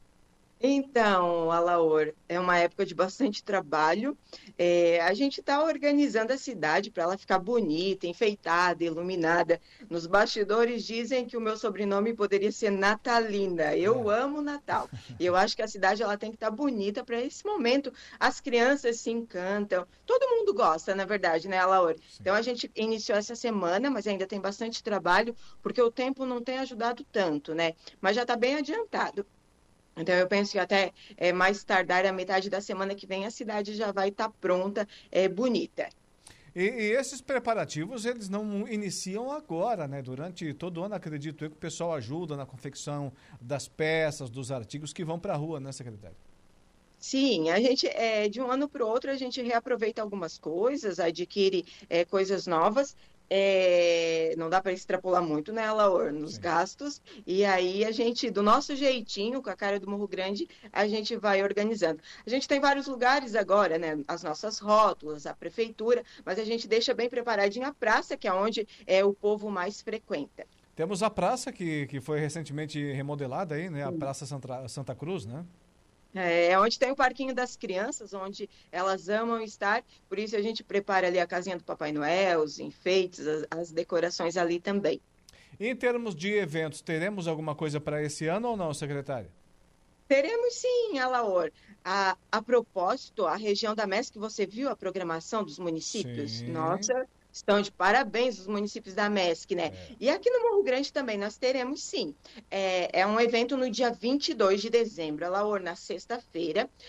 Então, Alaor, é uma época de bastante trabalho. A gente está organizando a cidade para ela ficar bonita, enfeitada, iluminada. Nos bastidores dizem que o meu sobrenome poderia ser Natalina. Eu amo Natal. E eu acho que a cidade ela tem que estar bonita para esse momento. As crianças se encantam. Todo mundo gosta, na verdade, né, Alaor? Sim. Então, a gente iniciou essa semana, mas ainda tem bastante trabalho, porque o tempo não tem ajudado tanto, né? Mas já está bem adiantado. Então, eu penso que até mais tardar, a metade da semana que vem, a cidade já vai estar pronta, bonita. E esses preparativos, eles não iniciam agora, né? Durante todo o ano, acredito eu, que o pessoal ajuda na confecção das peças, dos artigos que vão para a rua, né, secretária? Sim, a gente, de um ano para o outro, a gente reaproveita algumas coisas, adquire coisas novas. Não dá para extrapolar muito, né, Laor, nos gastos, e aí a gente, do nosso jeitinho, com a cara do Morro Grande, a gente vai organizando. A gente tem vários lugares agora, né, as nossas rótulas, a prefeitura, mas a gente deixa bem preparadinha a praça, que é onde o povo mais frequenta. Temos a praça que foi recentemente remodelada aí, né, a Praça Santa Cruz, né? É onde tem o Parquinho das Crianças, onde elas amam estar, por isso a gente prepara ali a casinha do Papai Noel, os enfeites, as decorações ali também. Em termos de eventos, teremos alguma coisa para esse ano ou não, secretária? Teremos sim, Alaor. A propósito, a região da MESC, você viu a programação dos municípios? Sim. Nossa, estão de parabéns os municípios da MESC, né? E aqui no Morro Grande também nós teremos sim. É um evento no dia 22 de dezembro, Alaor, na sexta-feira.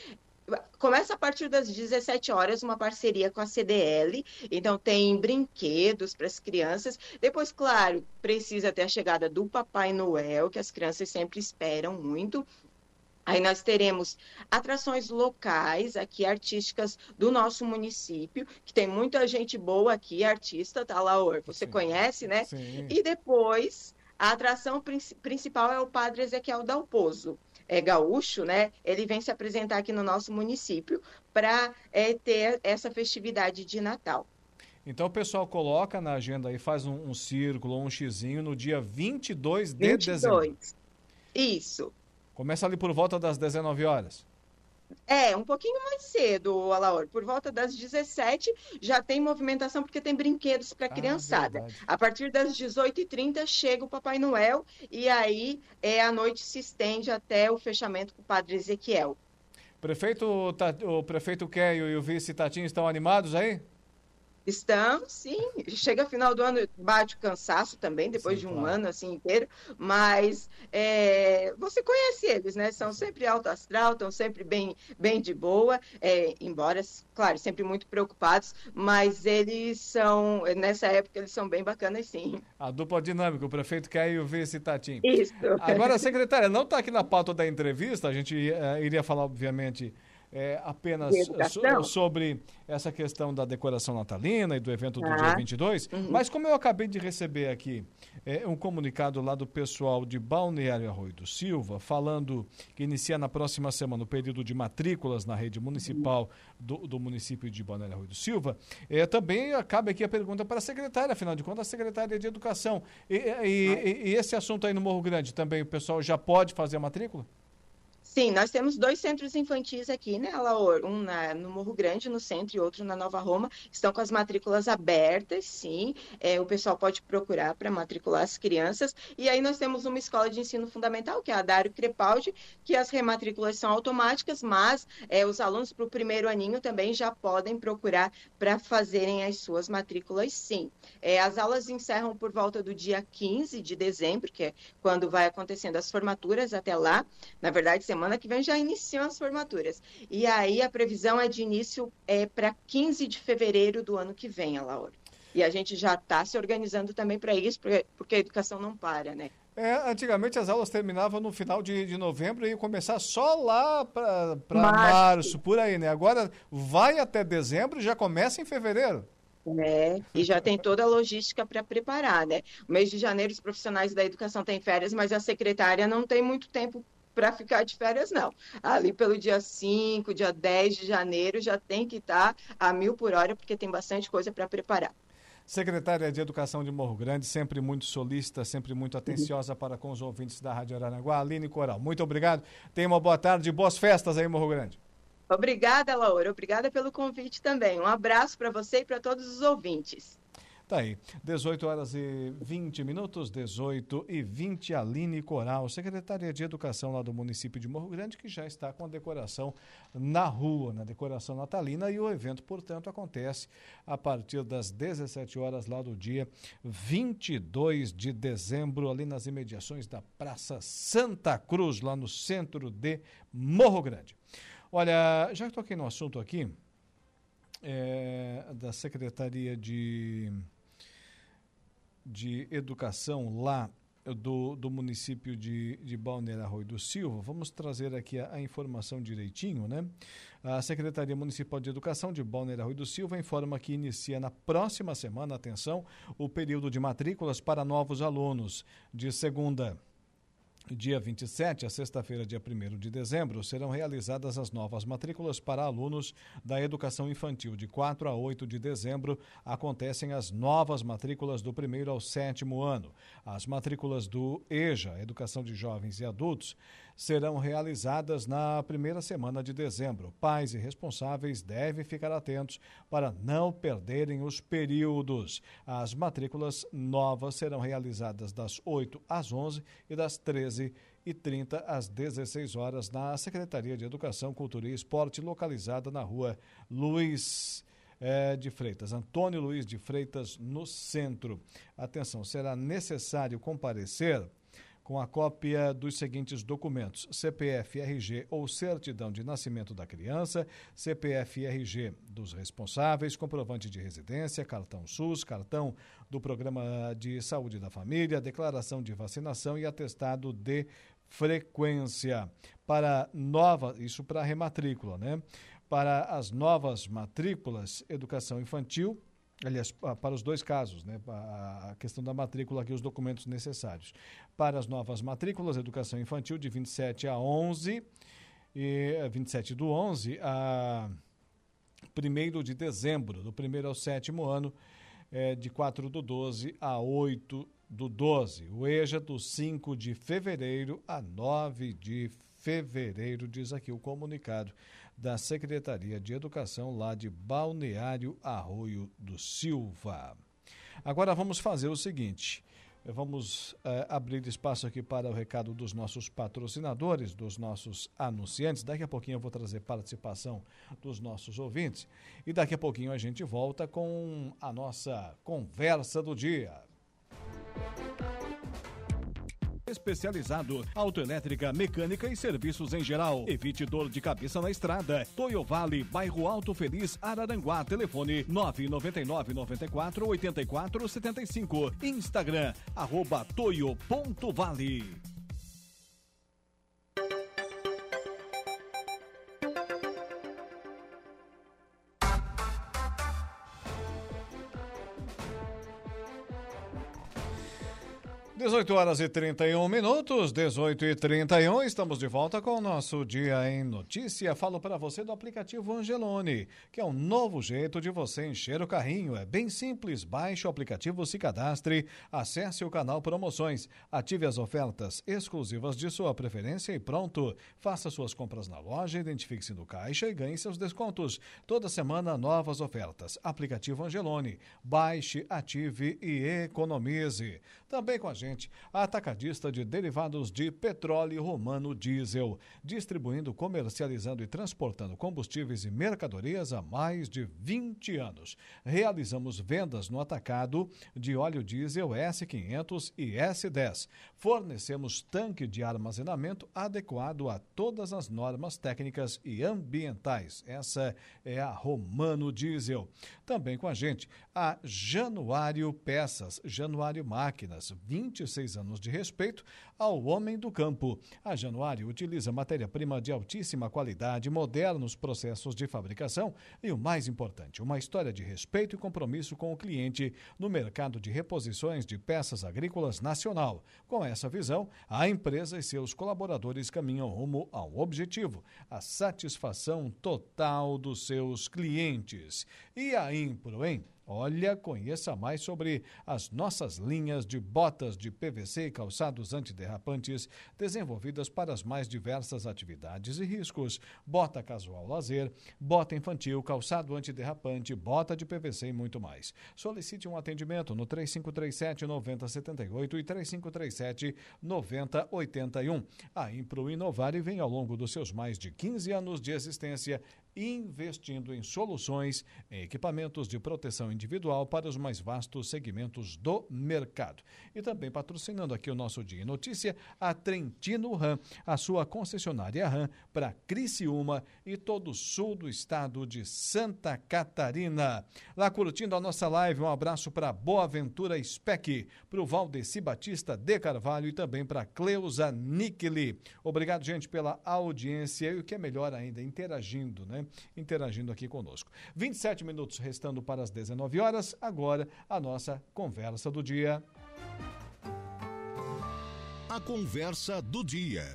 Começa a partir das 17 horas uma parceria com a CDL, então tem brinquedos para as crianças. Depois, claro, precisa ter a chegada do Papai Noel, que as crianças sempre esperam muito. Aí nós teremos atrações locais aqui, artísticas do nosso município, que tem muita gente boa aqui, artista, tá, Laor? Você conhece, né? Sim. E depois, a atração principal é o Padre Ezequiel Dalpozo. É gaúcho, né? Ele vem se apresentar aqui no nosso município para ter essa festividade de Natal. Então o pessoal coloca na agenda aí, faz um círculo, um xizinho no dia 22 de dezembro. Isso. Começa ali por volta das 19 horas. Um pouquinho mais cedo, Alaor. Por volta das 17 já tem movimentação, porque tem brinquedos para a criançada. Verdade. A partir das 18h30 chega o Papai Noel e aí a noite se estende até o fechamento com o Padre Ezequiel. O prefeito Keio e o vice Tatinho estão animados aí? Estamos, sim. Chega final do ano, bate o cansaço também, depois de um ano assim inteiro, mas você conhece eles, né? São sempre alto astral, estão sempre bem de boa, embora, claro, sempre muito preocupados, mas eles são, nessa época, eles são bem bacanas, sim. A dupla dinâmica, o prefeito Keio e o vice Tatinho. Isso. Agora, secretária, não está aqui na pauta da entrevista, a gente iria falar, obviamente, apenas sobre essa questão da decoração natalina e do evento do dia 22, mas como eu acabei de receber aqui um comunicado lá do pessoal de Balneário Arroio do Silva, falando que inicia na próxima semana o período de matrículas na rede municipal do município de Balneário Arroio do Silva, também cabe aqui a pergunta para a secretária, afinal de contas, a secretária de Educação. E esse assunto aí no Morro Grande também, o pessoal já pode fazer a matrícula? Sim, nós temos 2 centros infantis aqui, né, Alaor? Um no Morro Grande, no centro, e outro na Nova Roma. Estão com as matrículas abertas, sim. O pessoal pode procurar para matricular as crianças. E aí nós temos uma escola de ensino fundamental, que é a Dário Crepaldi, que as rematrículas são automáticas, mas os alunos para o primeiro aninho também já podem procurar para fazerem as suas matrículas, sim. As aulas encerram por volta do dia 15 de dezembro, que é quando vai acontecendo as formaturas até lá. Na verdade, semana que vem já iniciam as formaturas. E aí a previsão é de início para 15 de fevereiro do ano que vem, Laura. E a gente já está se organizando também para isso, porque a educação não para, né? Antigamente as aulas terminavam no final de novembro e iam começar só lá para março, por aí, né? Agora vai até dezembro e já começa em fevereiro. E já tem toda a logística para preparar, né? O mês de janeiro os profissionais da educação têm férias, mas a secretária não tem muito tempo para ficar de férias, não. Ali pelo dia 5, dia 10 de janeiro, já tem que estar a 1000 por hora, porque tem bastante coisa para preparar. Secretária de Educação de Morro Grande, sempre muito solícita, sempre muito atenciosa para com os ouvintes da Rádio Araranguá, Aline Coral. Muito obrigado. Tenha uma boa tarde e boas festas aí em Morro Grande. Obrigada, Laura. Obrigada pelo convite também. Um abraço para você e para todos os ouvintes. Tá aí, 18 horas e 20 minutos, 18h20, Aline Coral, secretária de Educação lá do município de Morro Grande, que já está com a decoração na rua, na decoração natalina, e o evento, portanto, acontece a partir das 17 horas lá do dia 22 de dezembro, ali nas imediações da Praça Santa Cruz, lá no centro de Morro Grande. Olha, já que toquei no assunto aqui, da Secretaria de Educação lá do município de Balneário Arroio do Silva, vamos trazer aqui a informação direitinho, né? A Secretaria Municipal de Educação de Balneário Arroio do Silva informa que inicia na próxima semana, atenção, o período de matrículas para novos alunos. De segunda, dia 27 a sexta-feira, dia 1º de dezembro, serão realizadas as novas matrículas para alunos da educação infantil. De 4 a 8 de dezembro, acontecem as novas matrículas do 1º ao 7º ano. As matrículas do EJA, Educação de Jovens e Adultos, serão realizadas na primeira semana de dezembro. Pais e responsáveis devem ficar atentos para não perderem os períodos. As matrículas novas serão realizadas das 8 às 11 e das 13h30 às 16 horas na Secretaria de Educação, Cultura e Esporte, localizada na rua Antônio Luiz de Freitas, no centro. Atenção, será necessário comparecer com a cópia dos seguintes documentos: CPF, RG ou certidão de nascimento da criança, CPF e RG dos responsáveis, comprovante de residência, cartão SUS, cartão do Programa de Saúde da Família, declaração de vacinação e atestado de frequência. Isso para rematrícula, né? Para as novas matrículas, educação infantil, aliás, para os dois casos, né? A questão da matrícula aqui, os documentos necessários. Para as novas matrículas, educação infantil de 27 a 11, e 27 do 11 a 1º de dezembro, do 1º ao 7º ano, de 4 do 12 a 8 do 12. O EJA do 5 de fevereiro a 9 de fevereiro, diz aqui o comunicado da Secretaria de Educação lá de Balneário Arroio do Silva. Agora vamos fazer o seguinte, vamos abrir espaço aqui para o recado dos nossos patrocinadores, dos nossos anunciantes. Daqui a pouquinho eu vou trazer participação dos nossos ouvintes e daqui a pouquinho a gente volta com a nossa conversa do dia. Especializado, autoelétrica, mecânica e serviços em geral. Evite dor de cabeça na estrada. Toyo Vale, bairro Alto Feliz, Araranguá. Telefone 999-94-8475. Instagram, @toyo.vale. Horas e 31 minutos, 18h31, estamos de volta com o nosso Dia em Notícia. Falo para você do aplicativo Angelone, que é um novo jeito de você encher o carrinho. É bem simples, baixe o aplicativo, se cadastre, acesse o canal Promoções, ative as ofertas exclusivas de sua preferência e pronto. Faça suas compras na loja, identifique-se no caixa e ganhe seus descontos. Toda semana, novas ofertas. Aplicativo Angelone, baixe, ative e economize. Também com a gente, a atacadista de derivados de petróleo Romano Diesel, distribuindo, comercializando e transportando combustíveis e mercadorias há mais de 20 anos. Realizamos vendas no atacado de óleo diesel S500 e S10. Fornecemos tanque de armazenamento adequado a todas as normas técnicas e ambientais. Essa é a Romano Diesel. Também com a gente, a Januário Peças, Januário Máquinas, 26 anos de respeito ao homem do campo. A Januário utiliza matéria-prima de altíssima qualidade, modernos processos de fabricação e, o mais importante, uma história de respeito e compromisso com o cliente no mercado de reposições de peças agrícolas nacional. Com essa visão, a empresa e seus colaboradores caminham rumo ao objetivo, a satisfação total dos seus clientes. E a Impro, hein? Olha, conheça mais sobre as nossas linhas de botas de PVC e calçados antiderrapantes desenvolvidas para as mais diversas atividades e riscos. Bota casual lazer, bota infantil, calçado antiderrapante, bota de PVC e muito mais. Solicite um atendimento no 3537-9078 e 3537-9081. A Impro Inovar e vem ao longo dos seus mais de 15 anos de existência investindo em soluções, em equipamentos de proteção individual para os mais vastos segmentos do mercado. E também patrocinando aqui o nosso Dia em Notícia, a Trentino Ram, a sua concessionária Ram para Criciúma e todo o sul do estado de Santa Catarina. Lá curtindo a nossa live, um abraço para Boaventura Speck, para o Valdeci Batista de Carvalho e também para Cleusa Nickeli. Obrigado, gente, pela audiência e o que é melhor ainda, interagindo, né? Interagindo aqui conosco. 27 minutos restando para as 19 horas. Agora, a nossa conversa do dia. A conversa do dia.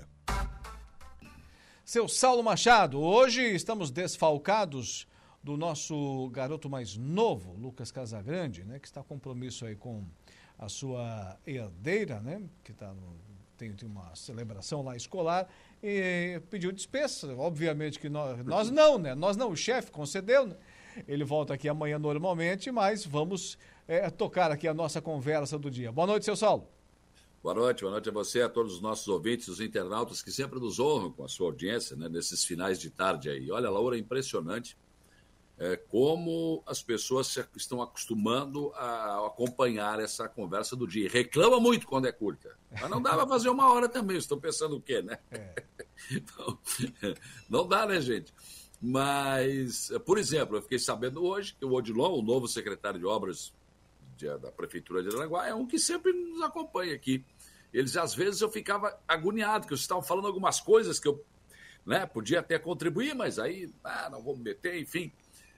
Seu Saulo Machado, hoje estamos desfalcados do nosso garoto mais novo, Lucas Casagrande, né? Que está com compromisso aí com a sua herdeira, né? Que está tem uma celebração lá escolar e pediu dispensa. Obviamente que nós não, né? Nós não, o chefe concedeu, né? Ele volta aqui amanhã normalmente, mas vamos tocar aqui a nossa conversa do dia. Boa noite, seu Saulo. Boa noite a você, a todos os nossos ouvintes, os internautas que sempre nos honram com a sua audiência, né? Nesses finais de tarde aí. Olha, Laura, é impressionante. como as pessoas estão acostumando a acompanhar essa conversa do dia. Reclama muito quando é curta. Mas não dá para fazer 1 hora também. Estão pensando o quê, né? Então, não dá, né, gente? Mas, por exemplo, eu fiquei sabendo hoje que o Odilon, o novo secretário de obras da Prefeitura de Araranguá, é um que sempre nos acompanha aqui. Às vezes, eu ficava agoniado, que vocês estavam falando algumas coisas que eu podia até contribuir, mas aí não vou me meter, enfim.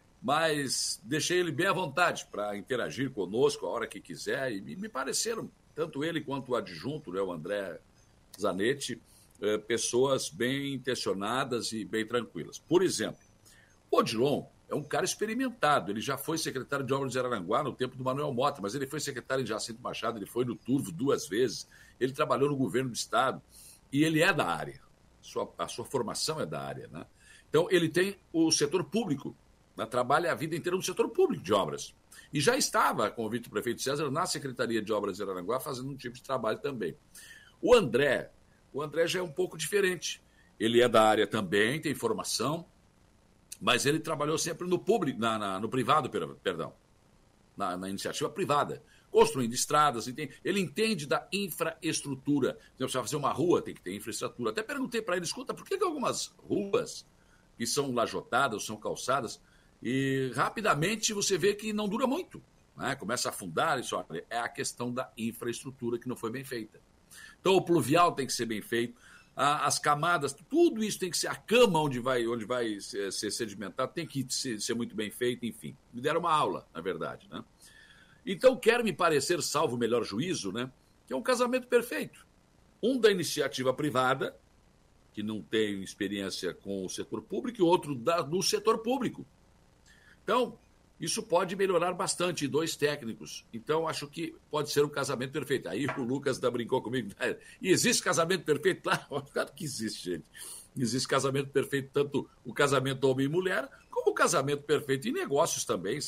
Mas deixei ele bem à vontade para interagir conosco a hora que quiser. E me pareceram, tanto ele quanto o adjunto, o André Zanetti, pessoas bem intencionadas e bem tranquilas. Por exemplo, o Odilon é um cara experimentado. Ele já foi secretário de obras de Araranguá no tempo do Manuel Mota, mas ele foi secretário de Jacinto Machado, ele foi no Turvo 2 vezes, ele trabalhou no governo do Estado e ele é da área. A sua formação é da área, né? Então, ele tem o setor público, trabalha a vida inteira no setor público de obras. E já estava com o vice-prefeito César na Secretaria de Obras de Araranguá fazendo um tipo de trabalho também. O André já é um pouco diferente. Ele é da área também, tem formação, mas ele trabalhou sempre no público, no privado, perdão, na iniciativa privada, construindo estradas. Ele entende da infraestrutura. Então, você vai fazer uma rua, tem que ter infraestrutura. Até perguntei para ele, escuta, por que algumas ruas que são lajotadas, são calçadas, e rapidamente você vê que não dura muito, né? Começa a afundar, isso é a questão da infraestrutura que não foi bem feita. Então o pluvial tem que ser bem feito, as camadas, tudo isso tem que ser, a cama onde vai ser sedimentado tem que ser muito bem feito, enfim. Me deram uma aula, na verdade, né? Então quer me parecer, salvo o melhor juízo, né, que é um casamento perfeito. Um da iniciativa privada, que não tem experiência com o setor público, e outro do setor público. Então, isso pode melhorar bastante, 2 técnicos. Então, acho que pode ser um casamento perfeito. Aí o Lucas brincou comigo. E existe casamento perfeito? Claro que existe, gente. Existe casamento perfeito, tanto o casamento homem e mulher, como o casamento perfeito em negócios também,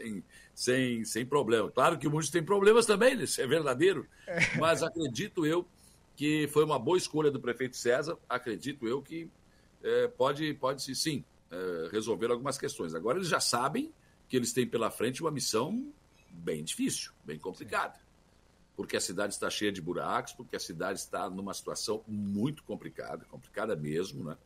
sem problema. Claro que muitos têm problemas também, isso é verdadeiro. Mas acredito eu que foi uma boa escolha do prefeito César. Acredito eu que pode sim, resolver algumas questões. Agora eles já sabem que eles têm pela frente uma missão bem difícil, bem complicada. Porque a cidade está cheia de buracos, porque a cidade está numa situação muito complicada mesmo, né?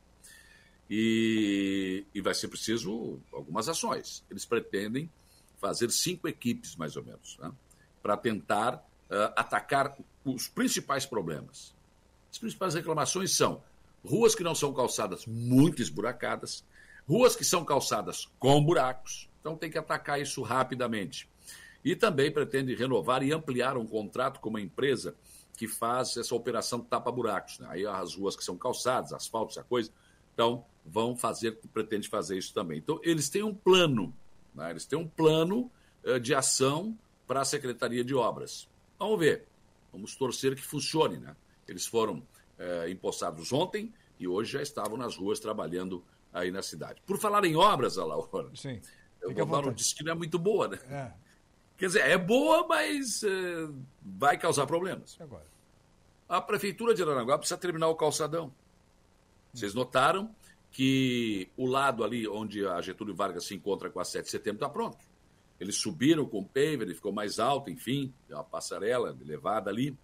E vai ser preciso algumas ações. Eles pretendem fazer 5 equipes, mais ou menos, né? Para tentar atacar os principais problemas. As principais reclamações são ruas que não são calçadas muito esburacadas, ruas que são calçadas com buracos. Então tem que atacar isso rapidamente. E também pretende renovar e ampliar um contrato com uma empresa que faz essa operação de tapa-buracos, né? Aí as ruas que são calçadas, asfalto, essa coisa, então pretende fazer isso também. Então eles têm um plano, né? Eles têm um plano de ação para a Secretaria de Obras. Vamos ver, vamos torcer que funcione, né? Eles foram empossados ontem e hoje já estavam nas ruas trabalhando aí na cidade. Por falar em obras, Alaor, sim, eu vou dar um disse que não é muito boa, né? Quer dizer, é boa, mas vai causar problemas. Agora. A Prefeitura de Araranguá precisa terminar o calçadão. Vocês notaram que o lado ali onde a Getúlio Vargas se encontra com a 7 de setembro está pronto. Eles subiram com o paver, ele ficou mais alto, enfim, tem uma passarela elevada ali.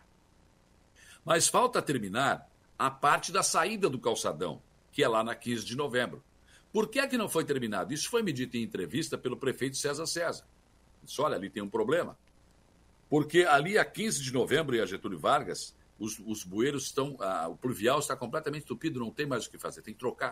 Mas falta terminar a parte da saída do calçadão, que é lá na 15 de novembro. Por que é que não foi terminado? Isso foi me dito em entrevista pelo prefeito César César. Disse, olha, ali tem um problema. Porque ali a 15 de novembro e a Getúlio Vargas, os bueiros estão, o pluvial está completamente entupido, não tem mais o que fazer, tem que trocar.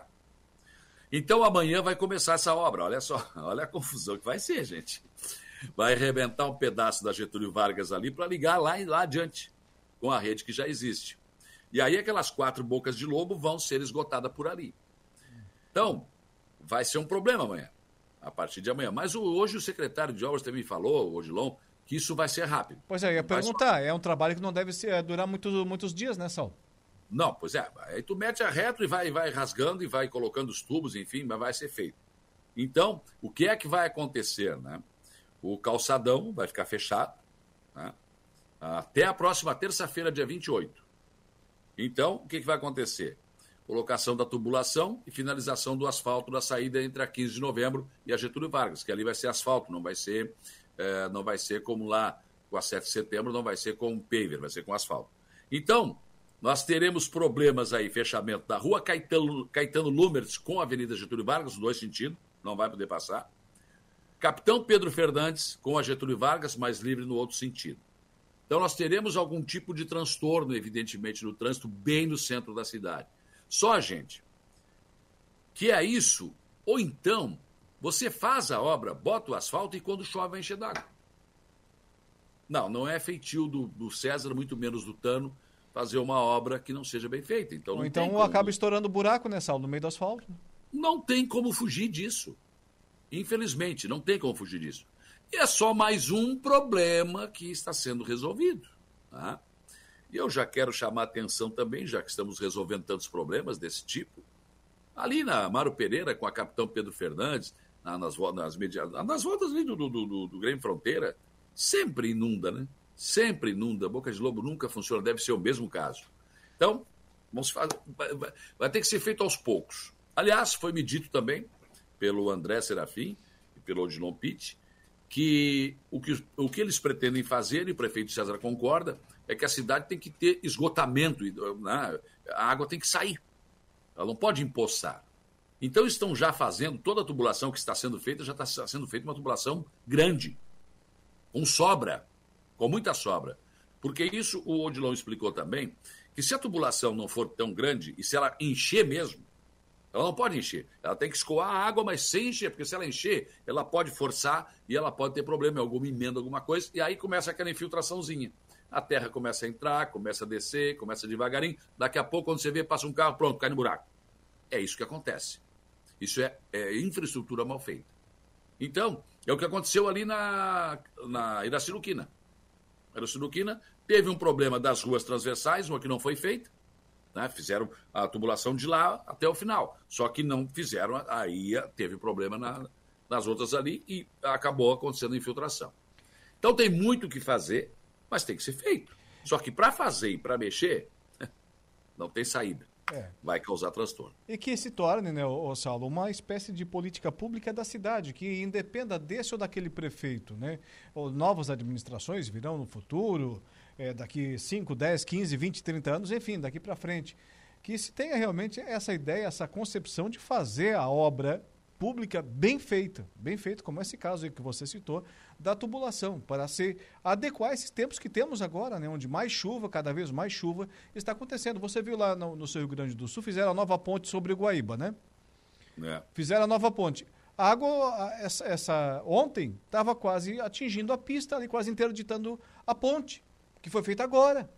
Então amanhã vai começar essa obra, olha só, olha a confusão que vai ser, gente. Vai arrebentar um pedaço da Getúlio Vargas ali para ligar lá adiante, com a rede que já existe. E aí aquelas 4 bocas de lobo vão ser esgotadas por ali. Então, vai ser um problema amanhã, a partir de amanhã. Mas hoje o secretário de Obras também falou, o Odilon, que isso vai ser rápido. Pois é, eu ia perguntar, é um trabalho que não deve durar muitos dias, né, Sal? Não, pois é, aí tu mete a reto e vai rasgando e vai colocando os tubos, enfim, mas vai ser feito. Então, o que é que vai acontecer, né? O calçadão vai ficar fechado, né? Até a próxima terça-feira, dia 28. Então, o que vai acontecer? colocação da tubulação e finalização do asfalto da saída entre a 15 de novembro e a Getúlio Vargas, que ali vai ser asfalto, não vai ser como lá com a 7 de setembro, não vai ser com paver, vai ser com asfalto. Então, nós teremos problemas aí, fechamento da rua Caetano Lumertz com a Avenida Getúlio Vargas, nos 2 sentidos, não vai poder passar. Capitão Pedro Fernandes com a Getúlio Vargas, mais livre no outro sentido. Então, nós teremos algum tipo de transtorno, evidentemente, no trânsito, bem no centro da cidade. Só, gente, que é isso, ou então, você faz a obra, bota o asfalto e quando chove vai encher d'água. Não é feitio do César, muito menos do Tano, fazer uma obra que não seja bem feita. Então, ou então acaba estourando buraco, né, Saulo, no meio do asfalto. Não tem como fugir disso. Infelizmente, não tem como fugir disso. E é só mais um problema que está sendo resolvido. Tá? E eu já quero chamar a atenção também, já que estamos resolvendo tantos problemas desse tipo, ali na Amaro Pereira, com a Capitão Pedro Fernandes, nas voltas ali do Grêmio Fronteira, sempre inunda, né? Sempre inunda. Boca de Lobo nunca funciona, deve ser o mesmo caso. Então, vai ter que ser feito aos poucos. Aliás, foi me dito também pelo André Serafim e pelo Odilon Pitt que o que eles pretendem fazer, e o prefeito César concorda, é que a cidade tem que ter esgotamento, né? A água tem que sair. Ela não pode empoçar. Então estão já fazendo, toda a tubulação que está sendo feita, já está sendo feita uma tubulação grande, com sobra, com muita sobra. Porque isso o Odilon explicou também, que se a tubulação não for tão grande, e se ela encher mesmo, ela não pode encher. Ela tem que escoar a água, mas sem encher, porque se ela encher, ela pode forçar e ela pode ter problema em alguma emenda, alguma coisa, e aí começa aquela infiltraçãozinha. A terra começa a entrar, começa a descer, começa devagarinho, daqui a pouco, quando você vê, passa um carro, pronto, cai no buraco. É isso que acontece. Isso é infraestrutura mal feita. Então, é o que aconteceu ali na Iraciruquina. A Iraciruquina teve um problema das ruas transversais, uma que não foi feita, né? Fizeram a tubulação de lá até o final. Só que não fizeram, aí teve problema nas outras ali e acabou acontecendo infiltração. Então tem muito o que fazer, mas tem que ser feito. Só que para fazer e para mexer, não tem saída. Vai causar transtorno. E que se torne, né, Saulo, uma espécie de política pública da cidade, que independa desse ou daquele prefeito, né? Ou novas administrações virão no futuro, daqui 5, 10, 15, 20, 30 anos, enfim, daqui para frente. Que se tenha realmente essa ideia, essa concepção de fazer a obra pública bem feita, como esse caso aí que você citou, da tubulação, para se adequar a esses tempos que temos agora, né, onde mais chuva, cada vez mais chuva está acontecendo. Você viu lá no seu Rio Grande do Sul, fizeram a nova ponte sobre o Guaíba, né? Fizeram a nova ponte. A água, ontem, estava quase atingindo a pista, ali quase interditando a ponte, que foi feita agora.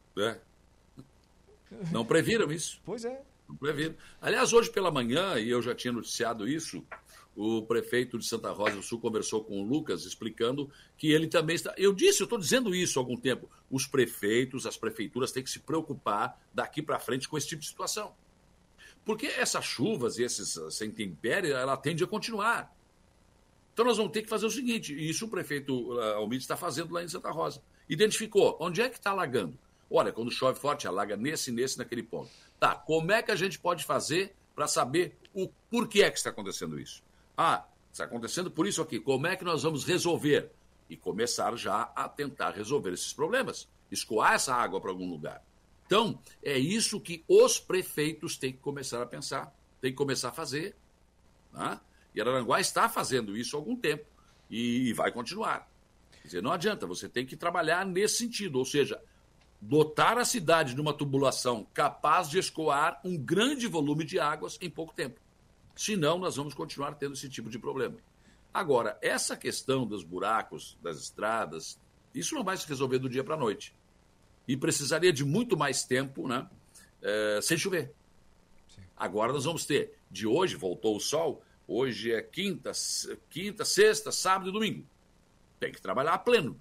Não previram isso. Pois é. Não previram. Aliás, hoje pela manhã, e eu já tinha noticiado isso, o prefeito de Santa Rosa do Sul conversou com o Lucas, explicando que ele também está... Eu estou dizendo isso há algum tempo. Os prefeitos, as prefeituras têm que se preocupar daqui para frente com esse tipo de situação. Porque essas chuvas e essa intempérie, ela tende a continuar. Então nós vamos ter que fazer o seguinte, e isso o prefeito Almir está fazendo lá em Santa Rosa. Identificou onde é que está alagando. Olha, quando chove forte, alaga nesse, naquele ponto. Tá, como é que a gente pode fazer para saber o porquê é que está acontecendo isso? Está acontecendo por isso aqui. Como é que nós vamos resolver? E começar já a tentar resolver esses problemas. Escoar essa água para algum lugar. Então, é isso que os prefeitos têm que começar a pensar, têm que começar a fazer. Né? E Araranguá está fazendo isso há algum tempo e vai continuar. Quer dizer, não adianta, você tem que trabalhar nesse sentido, ou seja, dotar a cidade de uma tubulação capaz de escoar um grande volume de águas em pouco tempo. Senão, nós vamos continuar tendo esse tipo de problema. Agora, essa questão dos buracos, das estradas, isso não vai se resolver do dia para a noite. E precisaria de muito mais tempo, né, sem chover. Sim. Agora nós vamos ter, de hoje, voltou o sol, hoje é quinta, sexta, sábado e domingo. Tem que trabalhar a pleno.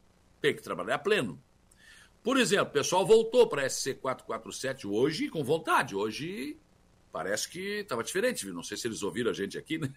Por exemplo, o pessoal voltou para a SC447 hoje com vontade. Hoje parece que estava diferente, viu? Não sei se eles ouviram a gente aqui, né?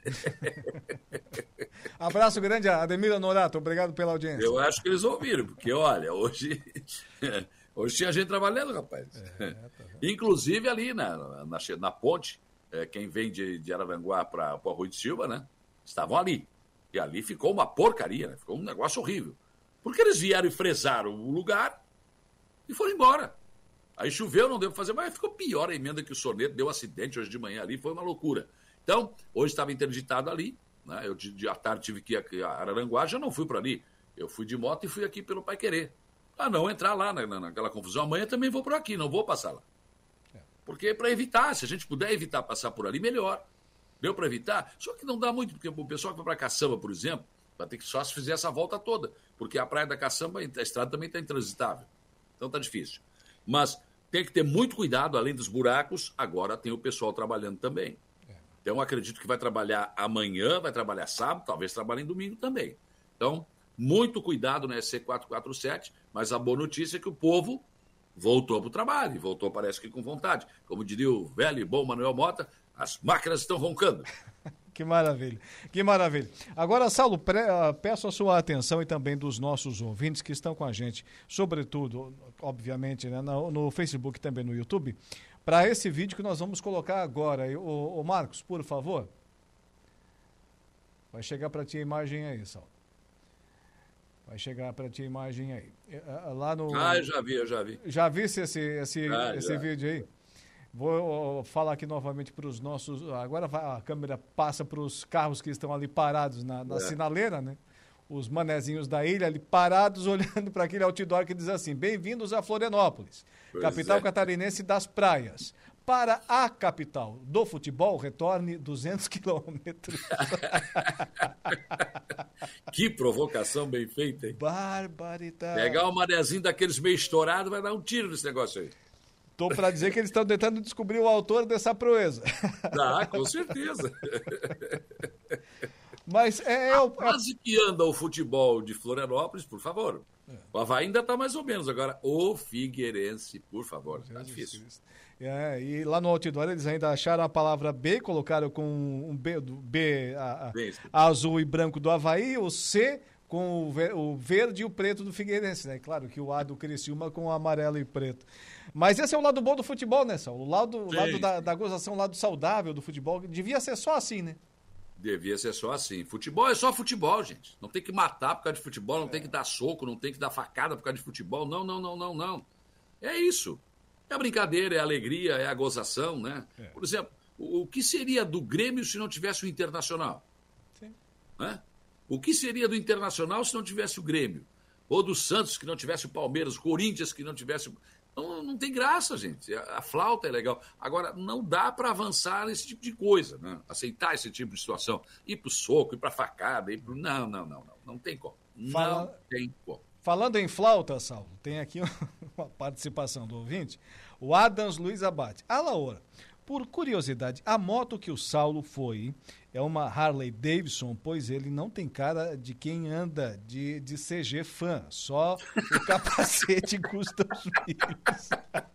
Abraço grande a Ademir Honorato, obrigado pela audiência. Eu acho que eles ouviram, porque olha, hoje Hoje tinha gente trabalhando, rapaz. Inclusive ali na ponte, quem vem de Araranguá para o Arroio de Silva, né? Estavam ali. E ali ficou uma porcaria, né? Ficou um negócio horrível. Porque eles vieram e fresaram o lugar e foram embora. Aí choveu, não deu para fazer, mas ficou pior a emenda que o Soneto, deu acidente hoje de manhã ali, foi uma loucura. Então, hoje estava interditado ali, né? Eu à tarde tive que ir a Araranguá, já não fui para ali. Eu fui de moto e fui aqui pelo Paiquerê. Para não entrar lá naquela confusão. Amanhã também vou por aqui, não vou passar lá. Porque para evitar, se a gente puder evitar passar por ali, melhor. Deu para evitar? Só que não dá muito, porque o pessoal que vai para Caçamba, por exemplo, vai ter que só se fizer essa volta toda. Porque a praia da Caçamba, a estrada também está intransitável. Então tá difícil. Mas tem que ter muito cuidado, além dos buracos, agora tem o pessoal trabalhando também. Então acredito que vai trabalhar amanhã, vai trabalhar sábado, talvez trabalhe em domingo também. Então, muito cuidado na SC 447, mas a boa notícia é que o povo voltou para o trabalho, e voltou, parece que com vontade. Como diria o velho e bom Manuel Mota, as máquinas estão roncando. Que maravilha, que maravilha. Agora, Saulo, peço a sua atenção e também dos nossos ouvintes que estão com a gente, sobretudo, obviamente, né, no Facebook e também no YouTube, para esse vídeo que nós vamos colocar agora. O Marcos, por favor. Vai chegar para ti a imagem aí, Saulo. Vai chegar para ti a imagem aí. Lá no... eu já vi. Já visse esse vídeo aí? Vou falar aqui novamente para os nossos... Agora a câmera passa para os carros que estão ali parados na sinaleira, né? Os manezinhos da ilha ali parados olhando para aquele outdoor que diz assim: bem-vindos a Florianópolis, capital catarinense das praias. Para a capital do futebol, retorne 200 quilômetros. Que provocação bem feita, hein? Barbaridade. Pegar um manezinho daqueles meio estourados vai dar um tiro nesse negócio aí. Tô para dizer que eles estão tentando descobrir o autor dessa proeza. Com certeza. Mas quase que anda o futebol de Florianópolis, por favor. O Avaí ainda está mais ou menos. Agora, o Figueirense, por favor. Está difícil. E lá no outdoor eles ainda acharam a palavra B, colocaram com um B azul e branco do Avaí, o C com o verde e o preto do Figueirense, né? Claro que o A do Criciúma com o amarelo e preto. Mas esse é o lado bom do futebol, né, Saulo? O lado da gozação, o lado saudável do futebol. Devia ser só assim, né? Devia ser só assim. Futebol é só futebol, gente. Não tem que matar por causa de futebol, não tem que dar soco, não tem que dar facada por causa de futebol. Não. É isso. É a brincadeira, é a alegria, é a gozação, né? Por exemplo, o que seria do Grêmio se não tivesse o Internacional? Sim. Né? O que seria do Internacional se não tivesse o Grêmio? Ou do Santos, que não tivesse o Palmeiras, o Corinthians, que não tivesse... Não tem graça, gente. A flauta é legal. Agora, não dá para avançar nesse tipo de coisa, né? Aceitar esse tipo de situação. Ir pro soco, ir pra facada, ir pro... Não. Não tem como. Não tem como. Falando em flauta, Saulo, tem aqui uma participação do ouvinte. O Adams Luiz Abate. Alaor, por curiosidade, a moto que o Saulo foi é uma Harley Davidson, pois ele não tem cara de quem anda de CG fã. Só o capacete custa os milhos.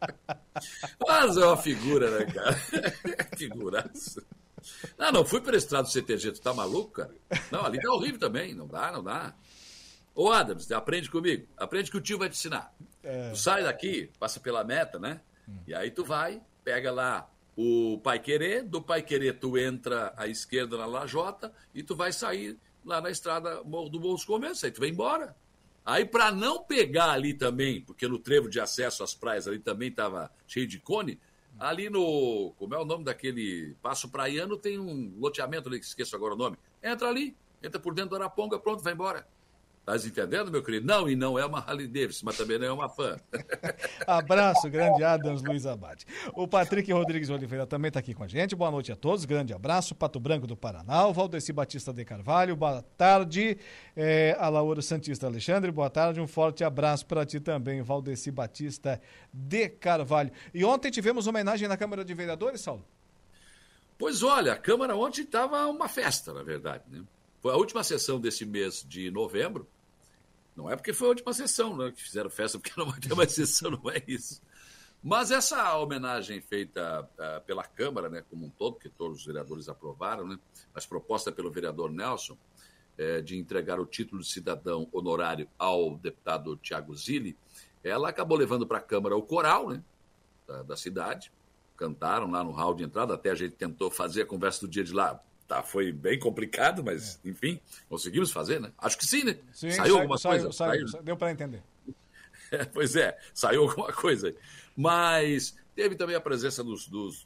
Mas é uma figura, né, cara? Figuraça. Não fui para esse estrado do CTG, tu tá maluco, cara? Não, ali tá horrível também, não dá. Ô, Adams, aprende comigo. Aprende que o tio vai te ensinar. Tu sai daqui, passa pela meta, né? E aí tu vai, pega lá o Paiquerê, do Paiquerê tu entra à esquerda na Lajota e tu vai sair lá na estrada do Morro dos Conventos, aí tu vai embora. Aí para não pegar ali também, porque no trevo de acesso às praias ali também tava cheio de cone, ali no, como é o nome daquele Passo Praiano, tem um loteamento ali, que esqueço agora o nome, entra ali, entra por dentro do Araponga, pronto, vai embora. Tá entendendo, meu querido? Não, e não é uma Harley Davidson, mas também não é uma fã. Abraço, grande Adams Luiz Abate. O Patrick Rodrigues Oliveira também está aqui com a gente. Boa noite a todos, grande abraço. Pato Branco do Paraná, o Valdeci Batista de Carvalho, boa tarde. Alauro Santista Alexandre, boa tarde. Um forte abraço para ti também, Valdeci Batista de Carvalho. E ontem tivemos homenagem na Câmara de Vereadores, Saulo? Pois olha, a Câmara ontem estava uma festa, na verdade, né? Foi a última sessão desse mês de novembro. Não é porque foi a última sessão, né, que fizeram festa, porque não vai ter mais sessão, não é isso. Mas essa homenagem feita pela Câmara, né, como um todo, que todos os vereadores aprovaram, né, mas proposta pelo vereador Nelson, de entregar o título de cidadão honorário ao deputado Tiago Zilli, ela acabou levando para a Câmara o coral, né, da cidade, cantaram lá no hall de entrada, até a gente tentou fazer a conversa do dia de lá. Tá, foi bem complicado, mas, enfim, conseguimos fazer, né? Acho que sim, né? Sim, saiu alguma coisa? Saiu, deu para entender. Pois é, saiu alguma coisa. Mas teve também a presença dos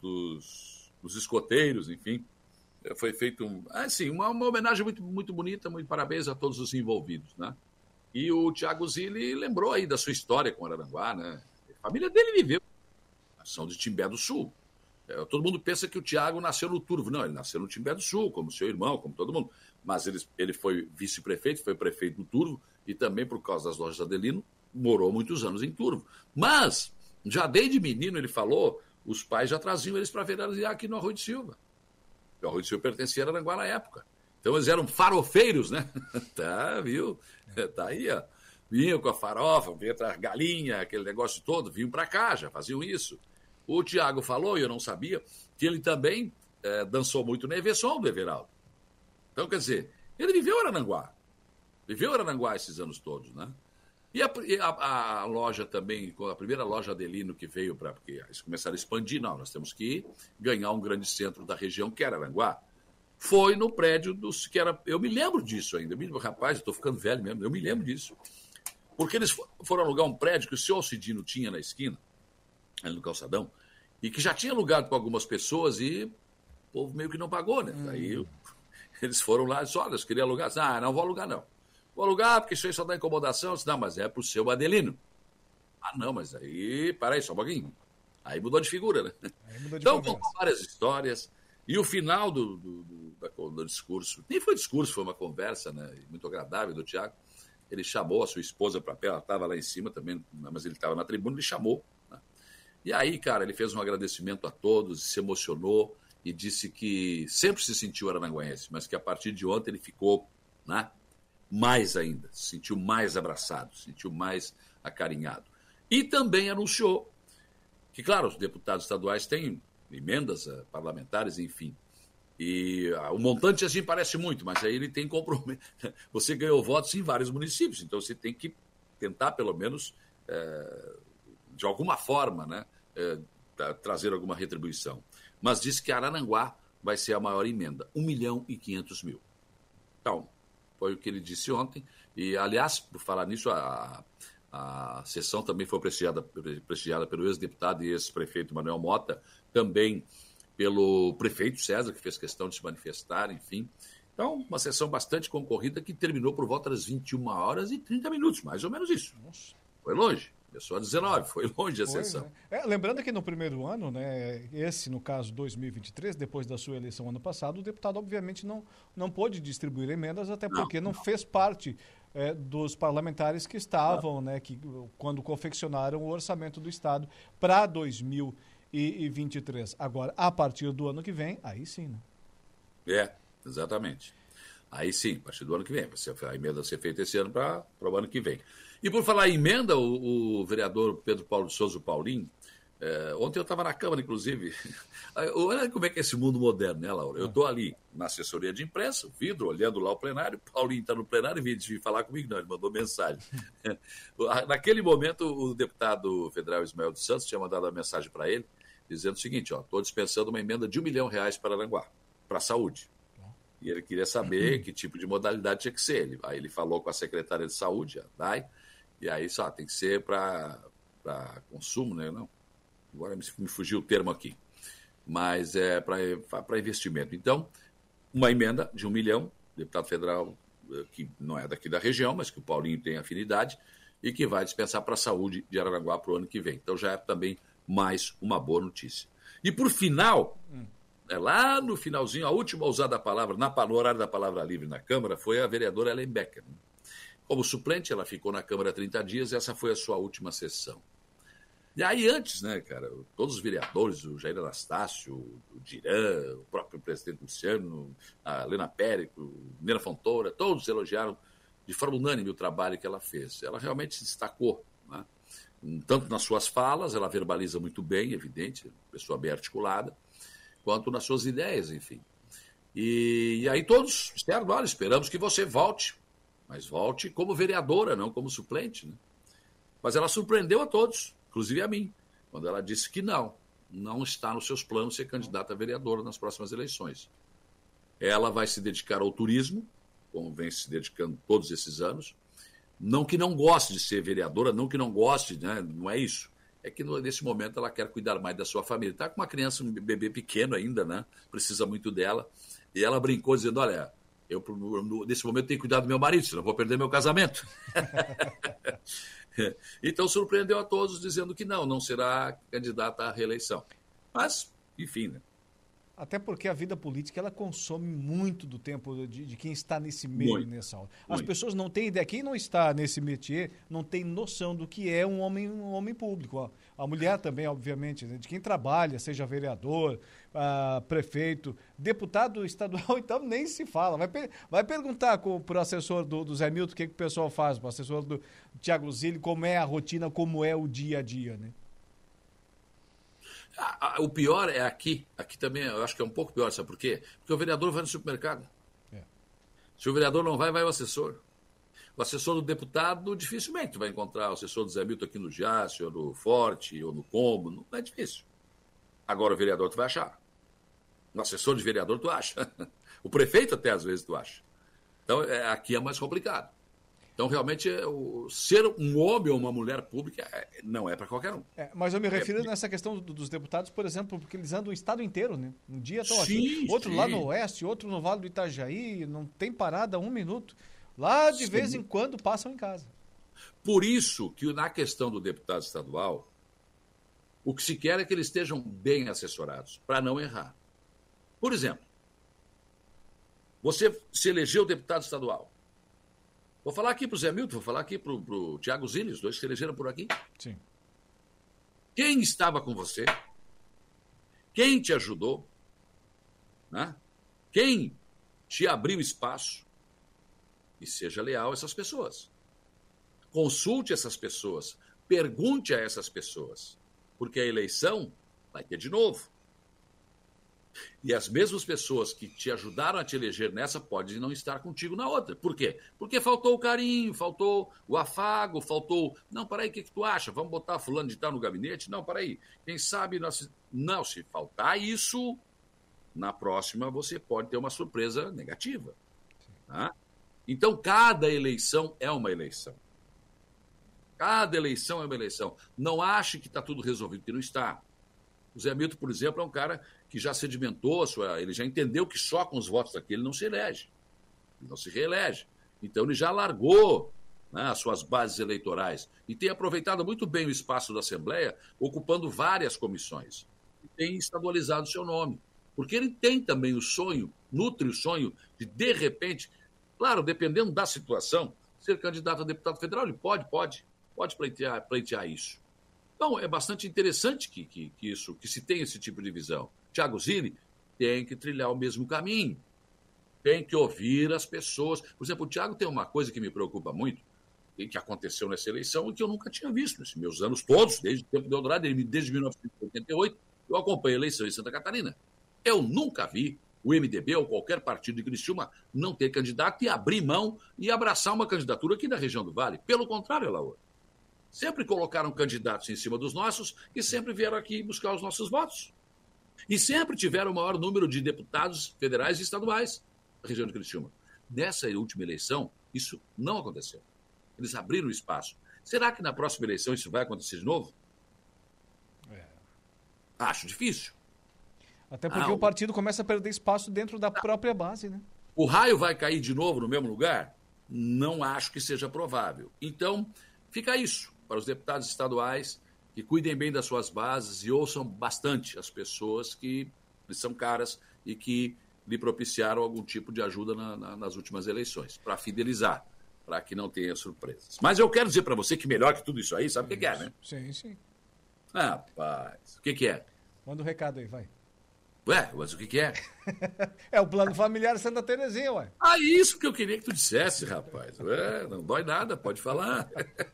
escoteiros, enfim. Foi feito uma homenagem muito, muito bonita, muito parabéns a todos os envolvidos, né? E o Thiago Zilli lembrou aí da sua história com Araranguá, né? A família dele viveu. São de Timbé do Sul. Todo mundo pensa que o Thiago nasceu no Turvo. Não, ele nasceu no Timbé do Sul, como seu irmão, como todo mundo. Mas ele foi vice-prefeito, foi prefeito do Turvo e também, por causa das lojas Adelino, morou muitos anos em Turvo. Mas, já desde menino, ele falou, os pais já traziam eles para vereador aqui no Arroio de Silva. O Arroio de Silva pertencia a Aranguá na época. Então, eles eram farofeiros, né? Tá, viu? Tá aí, ó. Vinham com a farofa, vinham com a galinha, aquele negócio todo, vinham para cá, já faziam isso. O Thiago falou, e eu não sabia, que ele também dançou muito na Everson do Everaldo. Então, quer dizer, ele viveu Araranguá. Viveu Araranguá esses anos todos, né? E a loja também, a primeira loja Adelino que veio para... Porque eles começaram a expandir, não, nós temos que ganhar um grande centro da região, que era Araranguá. Foi no prédio dos... que era, eu me lembro disso ainda. Rapaz, eu estou ficando velho mesmo, eu me lembro disso. Porque eles foram alugar um prédio que o senhor Cidino tinha na esquina, ali no calçadão, e que já tinha alugado com algumas pessoas e o povo meio que não pagou, né? Aí eles foram lá e disseram, olha, eu queria alugar. Não vou alugar não. Vou alugar porque isso aí só dá incomodação. Eu disse, não, mas é pro seu Adelino. Não, mas aí, para aí, só um pouquinho. Aí mudou de figura, né? Então, contou várias histórias. E o final do discurso, nem foi discurso, foi uma conversa, né, muito agradável do Thiago. Ele chamou a sua esposa para pé, ela estava lá em cima também, mas ele estava na tribuna, ele chamou. E aí, cara, ele fez um agradecimento a todos, se emocionou e disse que sempre se sentiu araranguense, mas que a partir de ontem ele ficou, né, mais ainda, se sentiu mais abraçado, se sentiu mais acarinhado. E também anunciou que, claro, os deputados estaduais têm emendas parlamentares, enfim. E o montante assim parece muito, mas aí ele tem compromisso. Você ganhou votos em vários municípios, então você tem que tentar, pelo menos, de alguma forma, né, trazer alguma retribuição. Mas disse que Araranguá vai ser a maior emenda, 1.500.000. Então, foi o que ele disse ontem. E, aliás, por falar nisso, a sessão também foi prestigiada pelo ex-deputado e ex-prefeito Manuel Mota, também pelo prefeito César, que fez questão de se manifestar, enfim. Então, uma sessão bastante concorrida que terminou por volta das 21h30, mais ou menos isso. Nossa. Foi longe. Começou às 19h, foi longe a sessão. Né? Lembrando que no primeiro ano, né, esse, no caso 2023, depois da sua eleição ano passado, o deputado obviamente não pôde distribuir emendas, até porque não fez parte dos parlamentares que estavam, né, quando confeccionaram o orçamento do Estado para 2023. Agora, a partir do ano que vem, aí sim, né? Exatamente. Aí sim, a partir do ano que vem. A emenda vai ser feita esse ano para o ano que vem. E por falar em emenda, o vereador Pedro Paulo de Souza, o Paulinho, ontem eu estava na Câmara, inclusive. Olha como é que é esse mundo moderno, né, Laura? Eu estou ali na assessoria de imprensa, vidro, olhando lá o plenário, o Paulinho está no plenário e veio falar comigo, não, ele mandou mensagem. Naquele momento, o deputado federal Ismael dos Santos tinha mandado uma mensagem para ele, dizendo o seguinte, estou dispensando uma emenda de R$1 milhão para Aranguá, para a saúde. E ele queria saber que tipo de modalidade tinha que ser. Aí ele falou com a secretária de saúde, a Dai, e aí só tem que ser para consumo, né? Não, agora me fugiu o termo aqui. Mas é para investimento. Então, uma emenda de R$1 milhão, deputado federal que não é daqui da região, mas que o Paulinho tem afinidade, e que vai dispensar para a saúde de Araranguá para o ano que vem. Então já é também mais uma boa notícia. E por final, lá no finalzinho, a última a usar da palavra, no horário da palavra livre na Câmara, foi a vereadora Ellen Becker. Como suplente, ela ficou na Câmara 30 dias e essa foi a sua última sessão. E aí antes, né, cara, todos os vereadores, o Jair Anastácio, o Dirã, o próprio presidente Luciano, a Helena Périco, o Nena Fontoura, todos elogiaram de forma unânime o trabalho que ela fez. Ela realmente se destacou, né? Tanto nas suas falas, ela verbaliza muito bem, evidente, pessoa bem articulada, quanto nas suas ideias, enfim. E aí todos disseram, olha, esperamos que você volte, mas volte como vereadora, não como suplente, né? Mas ela surpreendeu a todos, inclusive a mim, quando ela disse que não está nos seus planos ser candidata a vereadora nas próximas eleições. Ela vai se dedicar ao turismo, como vem se dedicando todos esses anos. Não que não goste de ser vereadora, não que não goste, né? Não é isso. É que nesse momento ela quer cuidar mais da sua família. Está com uma criança, um bebê pequeno ainda, né? Precisa muito dela. E ela brincou dizendo, olha, eu nesse momento tenho que cuidar do meu marido, senão eu vou perder meu casamento. Então surpreendeu a todos dizendo que não será candidata à reeleição. Mas, enfim, né? Até porque a vida política ela consome muito do tempo de quem está nesse meio, nessa hora. As pessoas não têm ideia, quem não está nesse métier não tem noção do que é um homem público. A mulher também, obviamente, né? De quem trabalha, seja vereador, prefeito, deputado estadual, então nem se fala. Vai perguntar para o assessor do Zé Milton o que o pessoal faz, para o assessor do Thiago Zilli, como é a rotina, como é o dia a dia, né? O pior é aqui também, eu acho que é um pouco pior, sabe por quê? Porque o vereador vai no supermercado. Se o vereador não vai o assessor. O assessor do deputado dificilmente vai encontrar o assessor do Zé Milton aqui no Jássio, ou no Forte, ou no Combo, não é difícil. Agora o vereador tu vai achar. O assessor de vereador tu acha. O prefeito até às vezes tu acha. Então aqui é mais complicado. Então, realmente, ser um homem ou uma mulher pública não é para qualquer um. Mas eu me refiro nessa questão dos deputados, por exemplo, porque eles andam o estado inteiro, né? Um dia estão aqui, outro lá no Oeste, outro no Vale do Itajaí, não tem parada 1 minuto. Lá, de vez em quando, passam em casa. Por isso que, na questão do deputado estadual, o que se quer é que eles estejam bem assessorados, para não errar. Por exemplo, você se elegeu deputado estadual. Vou falar aqui para o Zé Milton, vou falar aqui para o Thiago Zilli, os dois que se elegeram por aqui. Sim. Quem estava com você? Quem te ajudou? Né? Quem te abriu espaço? E seja leal a essas pessoas. Consulte essas pessoas. Pergunte a essas pessoas. Porque a eleição vai ter de novo. E as mesmas pessoas que te ajudaram a te eleger nessa podem não estar contigo na outra. Por quê? Porque faltou o carinho, faltou o afago, faltou... Não, peraí, o que tu acha? Vamos botar fulano de tal no gabinete? Não, peraí. Quem sabe... Não, se faltar isso, na próxima você pode ter uma surpresa negativa. Tá? Então, cada eleição é uma eleição. Cada eleição é uma eleição. Não ache que está tudo resolvido, porque não está. O Zé Milton, por exemplo, é um cara que já sedimentou, ele já entendeu que só com os votos daqui ele não se elege, ele não se reelege. Então ele já largou, né, as suas bases eleitorais e tem aproveitado muito bem o espaço da Assembleia, ocupando várias comissões. E tem estadualizado o seu nome, porque ele tem também o sonho, nutre o sonho de repente, claro, dependendo da situação, ser candidato a deputado federal, ele pode pleitear isso. Então, é bastante interessante que se tenha esse tipo de visão. Thiago Zilli tem que trilhar o mesmo caminho. Tem que ouvir as pessoas. Por exemplo, o Thiago tem uma coisa que me preocupa muito, que aconteceu nessa eleição e que eu nunca tinha visto nesses meus anos todos, desde o tempo do Eldorado, desde 1988, eu acompanho a eleição em Santa Catarina. Eu nunca vi o MDB ou qualquer partido de Criciúma não ter candidato e abrir mão e abraçar uma candidatura aqui na região do Vale. Pelo contrário, Laura. Sempre colocaram candidatos em cima dos nossos e sempre vieram aqui buscar os nossos votos. E sempre tiveram o maior número de deputados federais e estaduais da região de Criciúma. Nessa última eleição, isso não aconteceu. Eles abriram espaço. Será que na próxima eleição isso vai acontecer de novo? Acho difícil. Até porque o partido começa a perder espaço dentro da própria base, né? O raio vai cair de novo no mesmo lugar? Não acho que seja provável. Então, fica isso. Para os deputados estaduais, que cuidem bem das suas bases e ouçam bastante as pessoas que lhes são caras e que lhe propiciaram algum tipo de ajuda nas últimas eleições, para fidelizar, para que não tenha surpresas. Mas eu quero dizer para você que melhor que tudo isso aí, sabe o que é, né? Sim. Rapaz, o que é? Manda um recado aí, vai. Ué, mas o que é? É o Plano Familiar Santa Terezinha, ué. Isso que eu queria que tu dissesse, rapaz. Não dói nada, pode falar.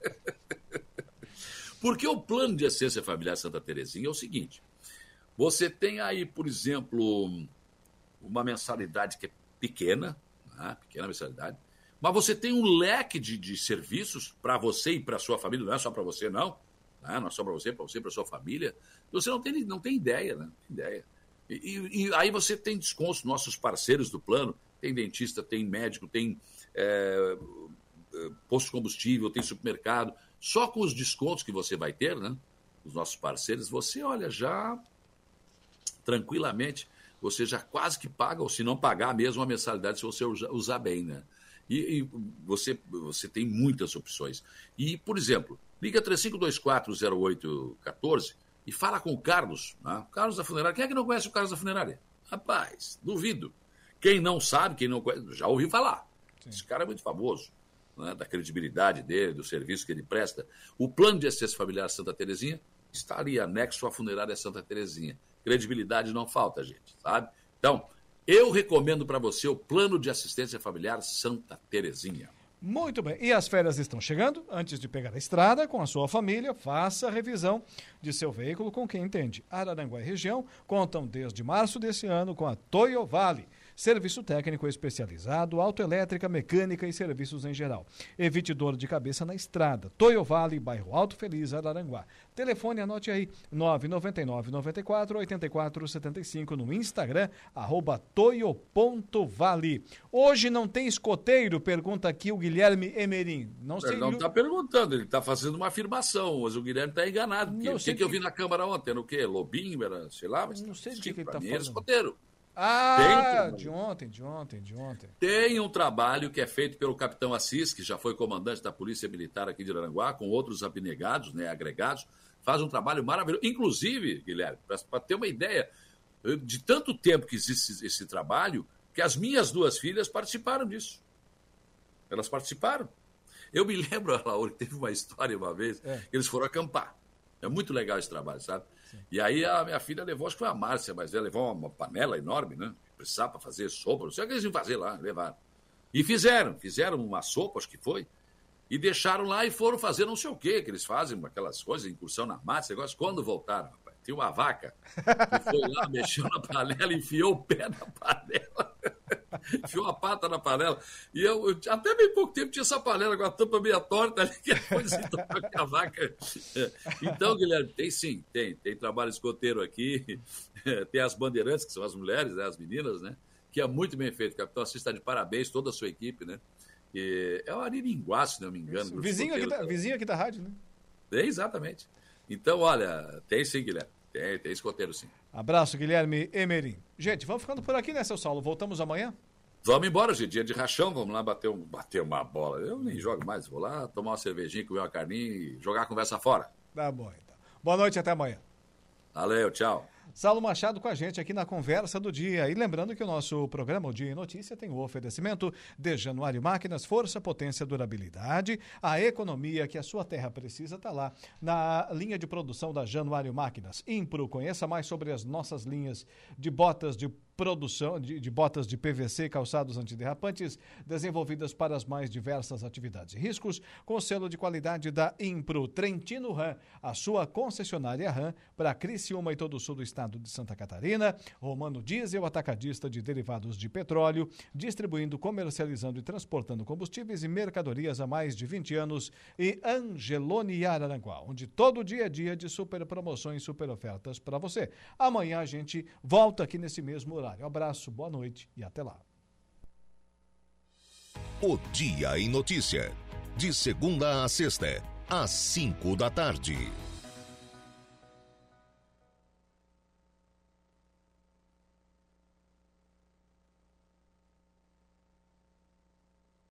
Porque o Plano de Assistência Familiar Santa Terezinha é o seguinte, você tem aí, por exemplo, uma mensalidade que é pequena, pequena mensalidade, Mas você tem um leque de serviços para você e para sua família, não é só para você, não. Não é só para você, para sua família. Você não tem ideia, né? Ideia. E aí você tem descontos, nossos parceiros do plano, tem dentista, tem médico, tem posto de combustível, tem supermercado. Só com os descontos que você vai ter, né? Os nossos parceiros, você, olha, já tranquilamente, você já quase que paga, ou se não pagar mesmo a mensalidade, se você usar bem, né? E você tem muitas opções. E, por exemplo, liga 3524-0814 e fala com o Carlos, né? O Carlos da Funerária. Quem é que não conhece o Carlos da Funerária? Rapaz, duvido. Quem não sabe, quem não conhece, já ouviu falar. Sim. Esse cara é muito famoso, né? Da credibilidade dele, do serviço que ele presta. O plano de assistência familiar Santa Terezinha está ali anexo à Funerária Santa Terezinha. Credibilidade não falta, gente, sabe? Então, eu recomendo para você o plano de assistência familiar Santa Terezinha. Muito bem. E as férias estão chegando. Antes de pegar a estrada com a sua família, faça a revisão de seu veículo com quem entende. Araranguá e região contam desde março desse ano com a Toyo Vale. Serviço técnico especializado, autoelétrica, mecânica e serviços em geral. Evite dor de cabeça na estrada. Toyo Vale, bairro Alto Feliz, Araranguá. Telefone, anote aí, 999-94-8475 no Instagram, @toyo.vale. Hoje não tem escoteiro, pergunta aqui o Guilherme Emerim. Ele não está perguntando, ele está fazendo uma afirmação, mas o Guilherme está enganado. O que eu vi na Câmara ontem? Era o quê? Lobinho? Era, sei lá, mas não sei de que ele está falando. É escoteiro. De ontem. Tem um trabalho que é feito pelo capitão Assis, que já foi comandante da Polícia Militar aqui de Araranguá, com outros abnegados, né, agregados, faz um trabalho maravilhoso. Inclusive, Guilherme, para ter uma ideia, de tanto tempo que existe esse trabalho, que as minhas 2 filhas participaram disso. Elas participaram. Eu me lembro, Laura, que teve uma história uma vez, que eles foram acampar. É muito legal esse trabalho, sabe? Sim. E aí a minha filha levou, acho que foi a Márcia, mas ela levou uma panela enorme, né? Precisava para fazer sopa, não sei o que eles iam fazer lá, levaram. E fizeram uma sopa, acho que foi, e deixaram lá e foram fazer não sei o que eles fazem, aquelas coisas, incursão na mata, esse negócio. Quando voltaram, rapaz, tinha uma vaca que foi lá, mexeu na panela, enfiou o pé na panela, enfiou a pata na panela. E eu até bem pouco tempo tinha essa panela com a tampa meia torta ali, que depois a vaca. Então, Guilherme, tem sim, tem trabalho escoteiro aqui, tem as bandeirantes, que são as mulheres, né, as meninas, né, que é muito bem feito. O capitão Assis está de parabéns, toda a sua equipe, né? E é o Ariringuá, se não me engano. Vizinho aqui da rádio, né? É, exatamente. Então, olha, tem sim, Guilherme. Tem escoteiro sim. Abraço, Guilherme Emerim. Gente, vamos ficando por aqui, né, seu Saulo? Voltamos amanhã? Vamos embora, gente. Dia de rachão, vamos lá bater uma bola. Eu nem jogo mais, vou lá tomar uma cervejinha, comer uma carninha e jogar a conversa fora. Tá bom, então. Boa noite, até amanhã. Valeu, tchau. Saulo Machado com a gente aqui na Conversa do Dia. E lembrando que o nosso programa O Dia em Notícia tem o oferecimento de Januário Máquinas, força, potência, durabilidade. A economia que a sua terra precisa está lá na linha de produção da Januário Máquinas. Impro, conheça mais sobre as nossas linhas de botas de produção de botas de PVC e calçados antiderrapantes desenvolvidas para as mais diversas atividades e riscos, com selo de qualidade da Impro. Trentino Ram, a sua concessionária Ram para Criciúma e todo o sul do estado de Santa Catarina. Romano Diesel, atacadista de derivados de petróleo, distribuindo, comercializando e transportando combustíveis e mercadorias há mais de 20 anos. E Angeloni Araranguá, onde todo dia é dia de super promoções, super ofertas para você. Amanhã a gente volta aqui nesse mesmo horário. Um abraço, boa noite e até lá. O Dia em Notícia. De segunda a sexta, às 5 da tarde.